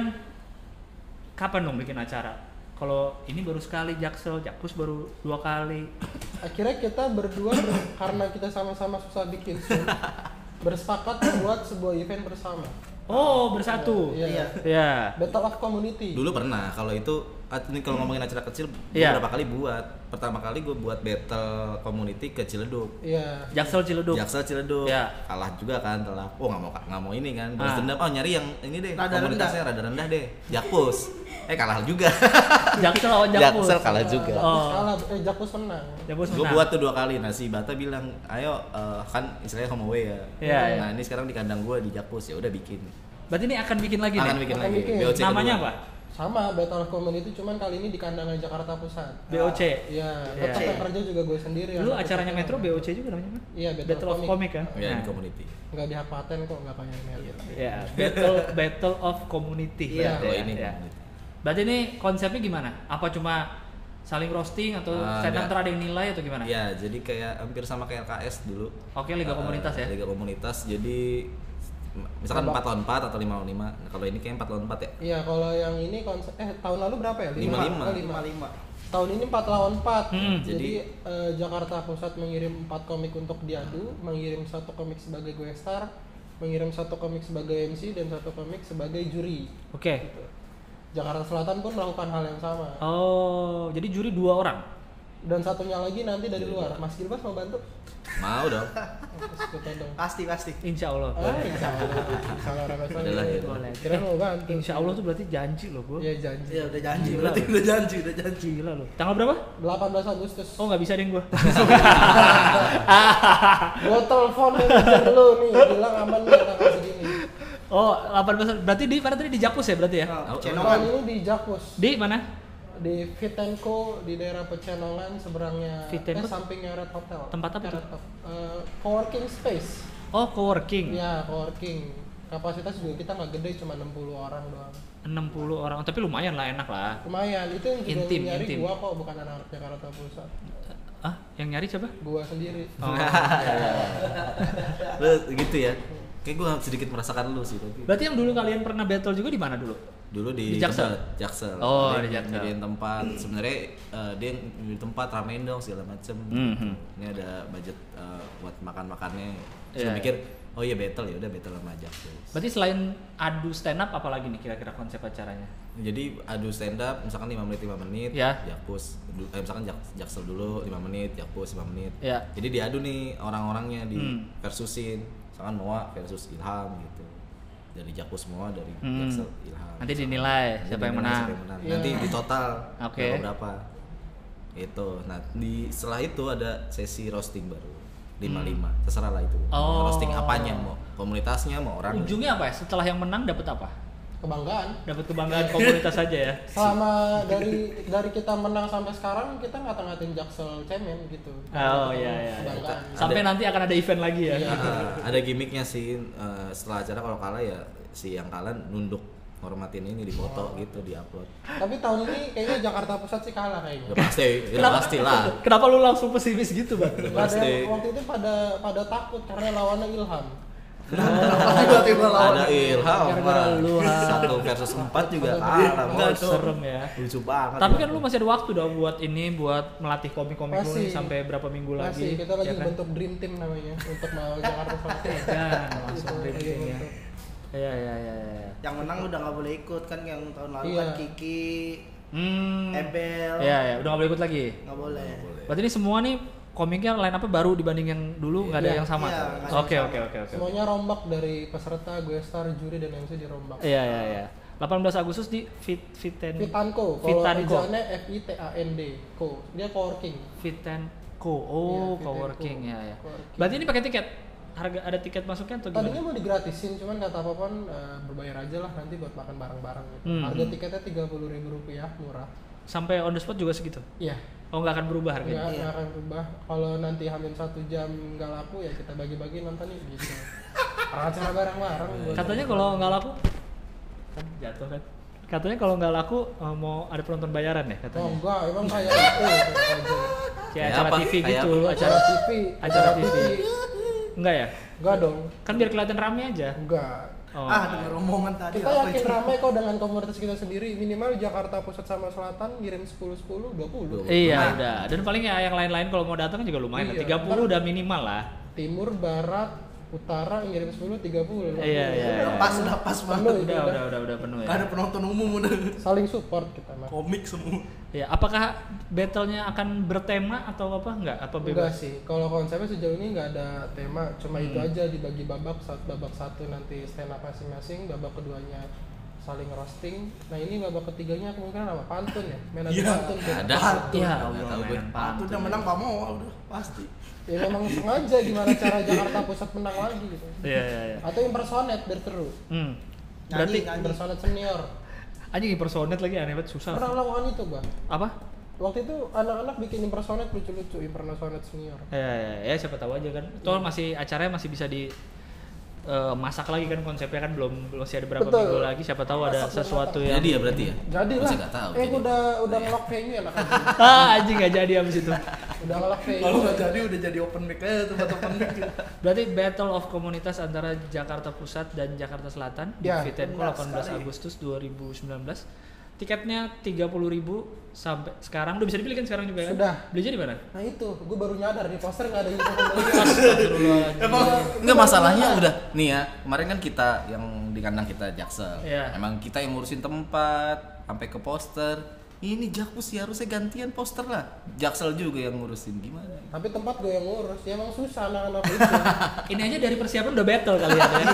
kapan dong bikin acara? Kalau ini baru sekali Jaksel, Jakpus baru dua kali. Akhirnya kita berdua ber- karena kita sama-sama susah bikin Sun, bersepakat membuat sebuah event bersama. Oh, bersatu. Iya. Ya. Battle of Community. Dulu pernah, kalau itu ini kalau ngomongin acara kecil, gue Iya. berapa kali buat. Pertama kali gue buat battle community ke Ciledug. Iya. Jaksel Ciledug. Jaksel Ciledug. Iya. Kalah juga kan, telah. Oh nggak mau nggak mau ini kan. Balas Ah. dendam. Oh nyari yang ini deh. Rada komunitasnya rada rendah deh. Jakpus. Eh kalah juga. Jaksel lawan Jakpus. Jaksel kalah juga. Oh. Salah, eh Jakpus menang. Jakpus Gue menang. buat tuh dua kali. Nah si Bata bilang, ayo eh, kan istilahnya home away ya. Iya, iya. Nah ini sekarang di kandang gue di Jakpus, ya udah bikin. Berarti ini akan bikin lagi Akan nih. bikin Akan lagi. bikin. B O C Namanya kedua. apa? Sama Battle of Community, cuman kali ini di kandangnya Jakarta Pusat. B O C. Iya, Iya. tetap yang kerja juga gue sendiri. Dulu anak acaranya pusatnya. Metro B O C juga namanya kan? Iya, Battle, Battle of Comic kan? Ya Nah. di community. Nggak dihak paten kok, nggak pakai merit. Ya, Battle Battle of Community. Iya. berarti Kalau ya, ini ya. community. Berarti ini konsepnya gimana? Apa cuma saling roasting atau Ah, stand up enggak. ada yang nilai atau gimana? Ya, jadi kayak hampir sama kayak L K S dulu. Oke, Liga Eh, Komunitas ya. Liga Komunitas. Jadi misalkan Lomba. empat lawan empat atau lima lawan lima. Nah, kalau ini kayak empat lawan empat ya. Iya, kalau yang ini konsep eh tahun lalu berapa ya? Lima, lima. Oh, lima lima. Tahun ini empat lawan empat. Hmm, Jadi, jadi- eh, Jakarta Pusat mengirim empat komik untuk diadu, mengirim satu komik sebagai gue star, mengirim satu komik sebagai M C dan satu komik sebagai juri. Oke. Gitu. Jakarta Selatan pun melakukan hal yang sama. Oh, jadi juri dua orang. Dan satunya lagi nanti dari luar. Mas Gilbas mau bantu? Mau dong. ikut todong. Pasti pasti. Insya Allah. Ah, insya Allah. Insya Allah orang Adalah, ya. Boleh. Kira mau bantu. Insya Allah tuh berarti janji loh gue. Iya janji. Iya udah janji, Gila. berarti udah janji, udah janji. Gila loh. Tanggal berapa? delapan belas Agustus. Oh nggak bisa deh gue. Gua telepon manajer lu nih, bilang aman nih tanggal segini. Oh delapan belas berarti di mana tadi di Jakpus ya berarti ya? Nah, Oh, Cenongan Cenongan. ini di Jakpus. Di mana? Di Fit and Co di daerah Pecenongan seberangnya Fit and eh Co? sampingnya Red Hotel. Tempat apa tuh? Red Hotel. Eh, co-working space. Oh coworking. Iya, co-working. Kapasitas juga kita nggak gede, cuma enam puluh orang doang. enam puluh orang, tapi lumayan lah, enak lah. Lumayan, itu yang juga Intim, nyari intim. gua kok, bukan anak Jakarta Pusat. Ah, yang nyari siapa? Gua sendiri. Oh, Lu gitu ya. Kayak gue sedikit merasakan lu sih tapi. berarti yang dulu kalian pernah battle juga di mana dulu? Dulu di, Di Jaksel? tempat, Jaksel. Oh, Dia di Jaksel. nyediain tempat. Sebenarnya eh, dia di tempat ramein dong segala macem. Mhm. Ini ada budget eh, buat makan-makannya. Terus Iya, gua mikir, oh iya battle ya udah battle sama Jaksel. Berarti selain adu stand up apa lagi nih kira-kira konsep acaranya? Jadi adu stand up misalkan lima menit lima menit, Ya. Jakpus. Du- Eh, misalkan Jak- Jaksel dulu lima menit, Jakpus lima menit. Ya. Jadi diadu nih orang-orangnya di Hmm. versusin. Misalkan Moa versus Ilham gitu. Dari Jakpus Moa, dari Hmm. Jaksel Ilham. Nanti dinilai Nanti siapa yang dinilai menang. siapa yang menang. Iya. Nanti di total Oke. berapa berapa. Itu. Nah, di setelah itu ada sesi roasting baru. lima lima. Terserah lah itu. Oh. Roasting apanya mau komunitasnya mau orang. Ujungnya apa ya? Setelah yang menang dapat apa? Kebanggaan. Dapat kebanggaan komunitas aja ya. Selama dari dari kita menang sampai sekarang kita ngata-ngatain Jaksel cemen gitu. Oh iya iya. Kebanggaan. Sampai nanti akan ada event lagi ya. Iya. Ah, ada gimmicknya sih eh, setelah acara kalau kalah ya si yang kalah nunduk hormatin ini di foto gitu di upload. Tapi tahun ini kayaknya Jakarta Pusat sih kalah kayaknya. Ya pasti, ya pasti lah. Kenapa lu langsung pesimis gitu, Bang? Udah Nggak ada pasti. yang waktu itu pada pada takut karena lawannya Ilham. Tiba-tiba lawan. Ada Ilham, Gara-gara mah. lu, Ha. satu versus empat juga kalah. Oh, Bos. serem ya. Lucu banget. Tapi kan lu masih ada waktu dong buat ini, buat melatih komik-komik lu Masih. nih sampai berapa minggu lagi. Masih kita lagi ya kan? bentuk dream team namanya untuk mau Jakarta Pusat. Kan, langsung Gitu, dream lagi team ya. bentuk. Iya iya iya iya. Yang menang udah nggak boleh ikut kan, yang tahun lalu Iya. kan Kiki, Hmm. Ebel, Iya iya, udah gak boleh ikut lagi. nggak boleh. Berarti ini semua nih komiknya line up baru dibanding yang dulu nggak ada Iya, yang sama. iya, nggak ada Oke yang oke sama. oke oke. Semuanya rombak dari peserta, gue star, juri dan M C dirombak. Iya iya iya. delapan belas Agustus di Fit Fiten Fitanco, kalau Fitanco. ejaannya F I T A N D, Co. Dia co-working. Fitenco. Oh, Iya, Fit and coworking Co. ya ya. Co-working. Berarti ini pakai tiket. Harga ada tiket masuknya atau Tadinya gimana? mau digratisin, cuman kata Popon eh, berbayar aja lah nanti buat makan bareng-bareng. Gitu. Hmm. Harga tiketnya tiga puluh ribu rupiah, murah. Sampai on the spot juga segitu. Iya, Oh nggak akan berubah harganya. nggak Iya. nggak akan berubah. Kalau nanti hamil satu jam nggak laku ya kita bagi-bagi nonton nih gitu. Acara bareng-bareng. buat- Katanya kalau nggak laku kan jatuh kan. Katanya kalau nggak laku eh, mau ada penonton bayaran ya Oh katanya. enggak, emang kayak itu. aja. Kayak Kayak acara apa? T V Kayak gitu, apa? acara T V, acara T V. Enggak ya? Enggak dong. Kan biar kelihatan rame aja. Enggak. Oh. Ah, dengar omongan tadi Kita apa yakin itu? ramai kok dengan komunitas kita sendiri. Minimal Jakarta Pusat sama Selatan ngirim sepuluh sepuluh dua puluh. Iya udah. Dan paling ya yang lain-lain kalau mau datang juga lumayan. lah. Iya. tiga puluh udah minimal lah. Timur, Barat, Utara ngirim sepuluh tiga puluh. Iya, iya, Udah iya. pas, udah pas Penuh banget. itu Udah udah. udah udah udah penuh ya. Gak ada penonton umum udah. Saling support kita mah. Komik semua. Ya, apakah battle-nya akan bertema atau apa enggak? Apa Enggak bebas? sih, kalau konsepnya sejauh ini nggak ada tema, cuma itu Hmm. aja dibagi babak. Saat babak satu nanti stand up masing-masing, babak keduanya saling roasting. Nah ini babak ketiganya kemungkinan apa? Pantun ya, main adu Iya. pantun. tuh. Ada. Pantun. Iya, Nggak Allah, tahu gue. mainan Pantun pantun. yang menang Pak Mo udah pasti. Ya memang sengaja gimana cara Jakarta Pusat menang lagi gitu. Iya iya iya. Atau impersonate biar seru. Hmm. Berarti Nyanyi. Impersonate senior. anjing impersonate lagi aneh banget susah. Pernah melakukan itu gua. Apa? Waktu itu anak-anak bikin impersonate lucu-lucu, impersonate senior. Ya, ya, ya siapa tahu aja kan. Toh masih acaranya masih bisa di eh, masak lagi kan konsepnya kan belum belum masih ada berapa Betul. minggu lagi siapa tahu ada Masak, sesuatu masak. yang Jadi ya berarti ya. Jadi lah. Masih nggak tahu. Eh jadi. gua udah udah ngelok venue anak aja. ah anjing nggak jadi abis itu. Udah ngelok venue. Kalau nggak jadi udah jadi open mic aja tempat open mic. Berarti battle of komunitas antara Jakarta Pusat dan Jakarta Selatan di Ya, Fitenco benar delapan belas sekali. Agustus dua ribu sembilan belas. Tiketnya tiga puluh ribu sampai sekarang udah bisa dibeli kan sekarang juga kan? Sudah. Belinya di mana? Nah itu, gue baru nyadar di poster nggak ada info pembelian. Astagfirullahaladzim. Emang Enggak masalahnya udah nih ya. Kemarin kan kita yang di kandang kita Jaksel. Iya. Emang kita yang ngurusin tempat sampai ke poster. ini Jakpus sih harusnya gantian poster lah. Jaksel juga yang ngurusin gimana? Tapi tempat gue yang ngurus, ya emang susah anak-anak itu. Ini aja dari persiapan udah battle kalian ya.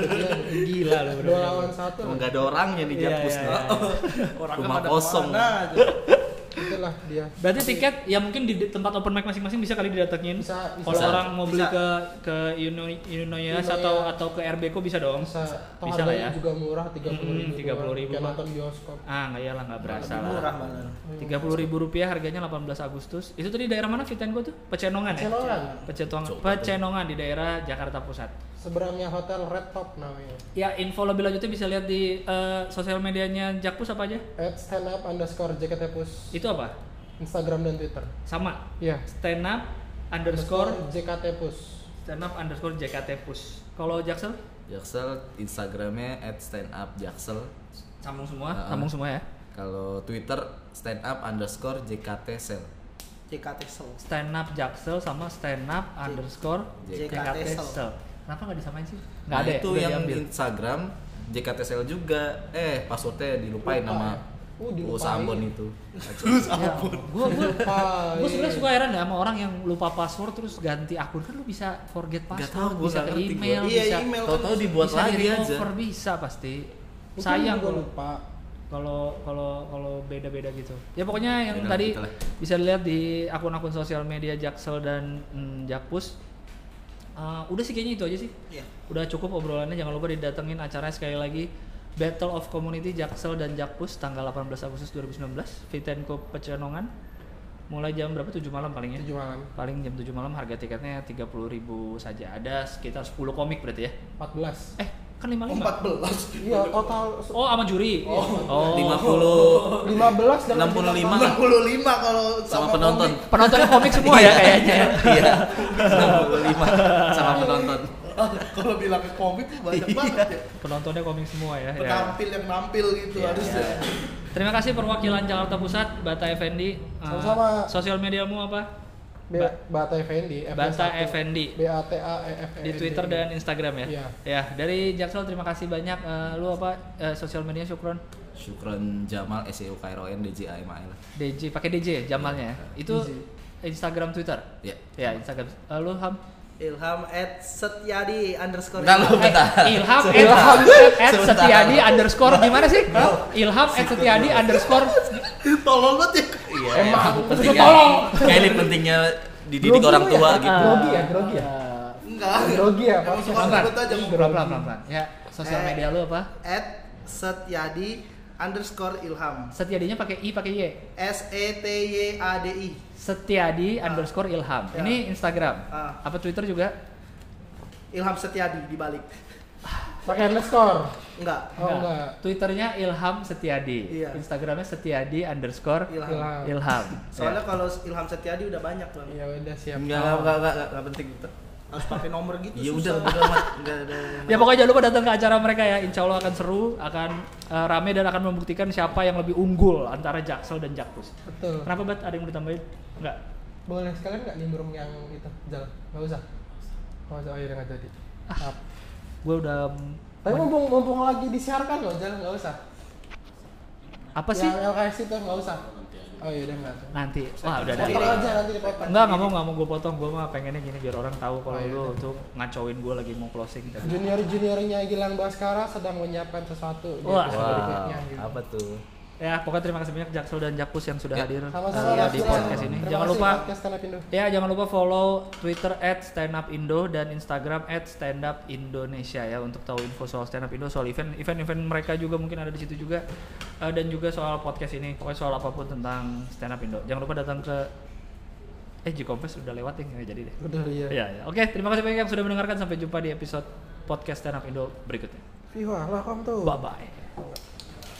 Gila loh. Dua lawan satu. Emang gak ada orangnya di Iya, Jakpus iya, nih. iya. Orangnya Rumah pada kosong. kemana aja. Itulah dia. Berarti tiket ya mungkin di tempat open mic masing-masing bisa kali didatengin. Bisa, bisa. Kalau Bisa. orang mau beli Bisa. ke ke Uno- Unoyas Unoya. atau atau ke R B K bisa dong. Bisa. Toh Bisa lah harganya ya. juga murah, tiga puluh ribu. Hmm, tiga puluh ribu, Kayak Pak. nonton bioskop. Ah, nggak iyalah nggak berasa Lebih lah. murah malah. tiga puluh ribu rupiah harganya delapan belas Agustus. Itu tadi daerah mana Fitengo tuh? Pecenongan ya? Pecenongan. Pecenongan. Coba Pecenongan di daerah Jakarta Pusat. Seberangnya hotel Red Top namanya. Ya, info lebih lanjutnya bisa lihat di eh, sosial medianya Jakpus apa aja? At stand up underscore J K T Pus. Itu apa? Instagram dan Twitter. Sama. Iya. Stand up underscore J K T Pus. stand up underscore J K T Pus. Kalau Jaksel? Jaksel Instagramnya at stand up Jaksel. Sambung semua, Uh-uh. sambung semua ya. Kalau Twitter stand up underscore J K T Sel. J K T Sel. Stand up Jaksel sama stand up underscore J J K K T T Sel. Sel. Kenapa nggak disamain sih? Nggak Nah ada ya? itu Udah yang diambil. Instagram J K T Sel juga. Eh passwordnya dilupain Lupa nama ya? Oh, dilupain. Uus Ambon itu. Ya, gue gue Lupa. gue sebenarnya suka heran ya sama orang yang lupa password terus ganti akun. Kan lu bisa forget Nggak password, tahu, gua bisa nggak ke ngerti email, gua. Iya, bisa email kan Tahu-tahu dibuat bisa lagi di aja. recover, bisa pasti. Mungkin Sayang juga kalau lupa. kalau kalau kalau beda-beda gitu. Ya pokoknya yang Beda tadi gitu lah. bisa dilihat di akun-akun sosial media Jaksel dan mm, Jakpus. Uh, udah sih kayaknya itu aja sih. Iya. Udah cukup obrolannya, jangan lupa didatengin acaranya sekali lagi Battle of Community Jaksel dan Jakpus tanggal delapan belas Agustus dua ribu sembilan belas Fitenco Pecenongan. Mulai jam berapa? tujuh malam paling ya. tujuh malam. Paling jam tujuh malam, harga tiketnya tiga puluh ribu saja. Ada sekitar sepuluh komik berarti ya. empat belas. Eh, kan lima puluh lima. empat belas. Iya, total Oh, sama juri. Oh, lima puluh lima belas dan enam puluh lima enam puluh lima kalau sama penonton. komik. penontonnya komik semua ya kayaknya. Iya. enam puluh lima sama penonton. Ah, kalau bilang ke komik tuh banyak banget ya. Penontonnya komik semua ya. Ya. Penampil yang nampil gitu Iya, harusnya. iya. Terima kasih perwakilan Jakarta Pusat, Bata Effendi. Uh, Sama-sama. Sosial mediamu apa? B- Ba- Bata Effendi. F Bata satu. Effendi. B A T A E F E N D. Di Twitter dan Instagram ya. Iya. Ya, dari Jaksel terima kasih banyak. Uh, lu apa uh, sosial media Syukron? Syukron Jamal S E U K R O N D J A M A L. D J pakai D J ya Jamalnya ya. Itu Instagram Twitter. Ya. Ya, Instagram. Uh, lu Ham? Ilham at Setyadi underscore Enggak, lu Ilham. bentar. Ilham at, Ilham. at Setiadi underscore gimana sih? Ilham at Setiadi underscore Tolong banget ya. Iya. Emang, emang pentingnya. tolong. Kayak ini pentingnya dididik Grogi orang ya? tua Ah. gitu. Grogi ya, grogi ya? Enggak. Grogi ya, Pak? Emang suka pelan-pelan. ribut aja ngomong. Pelan-pelan, pelan-pelan. Ya, sosial Eh. media lu apa? At Setyadi underscore Ilham. Setiadinya pakai I pakai Y. S E T Y A D I. Setiadi underscore Ilham. Ya. Ini Instagram. Ah. Apa Twitter juga? Ilham Setyadi dibalik. Pakai underscore. Enggak. Oh, enggak. Twitternya Ilham Setiadi. Iya. Instagramnya Setiadi underscore Ilham. Ilham. Ilham. Soalnya Ya. kalau Ilham Setyadi udah banyak bang. Ya udah siap. Enggak, enggak, enggak, enggak, enggak penting gitu. Harus pakai nomor gitu. Ya udah, susah. udah mat, enggak ada. Ya pokoknya jangan lupa datang ke acara mereka ya. Insya Allah akan seru, akan uh, rame dan akan membuktikan siapa yang lebih unggul antara Jaksel dan Jakpus. Betul. Kenapa Bat? Ada yang mau ditambahin? Enggak. Boleh sekalian nggak nimbrung yang itu jalan? Nggak usah. Nggak usah. Oh iya nggak jadi. Maaf. Gue udah Tapi mumpung mumpung lagi disiarkan loh, jalan nggak usah. apa sih? Yang L K S itu nggak usah. Oh iya udah nggak. Nanti. Wah, udah dari. Potong aja nanti dipotong. Enggak, nggak mau, nggak mau gue potong. Gue mah pengennya gini biar orang tahu kalau Oh, iya, lu udah. tuh ngacauin gue lagi mau closing. Junior juniornya Gilang Baskara sedang menyiapkan sesuatu. di Wah. episode berikutnya, Wah, gitu. apa tuh? Ya, pokoknya terima kasih banyak Jaksel dan Jakpus yang sudah Ya. hadir Sama-sama ya, Mas di Gilang. podcast ini. Terima Jangan kasih, lupa podcast Stand Up Indo. ya jangan lupa follow Twitter at standupindo dan Instagram at standupindonesia ya untuk tahu info soal stand up Indo, soal event event-event mereka juga mungkin ada di situ juga. Eh, dan juga soal podcast ini, pokoknya soal apapun tentang stand up Indo. Jangan lupa datang ke eh G-Compass udah lewat ya, nggak jadi deh. Udah iya. Ya, ya. Oke, terima kasih banyak yang sudah mendengarkan. Sampai jumpa di episode podcast stand up Indo berikutnya. Viva, welcome to. Bye bye.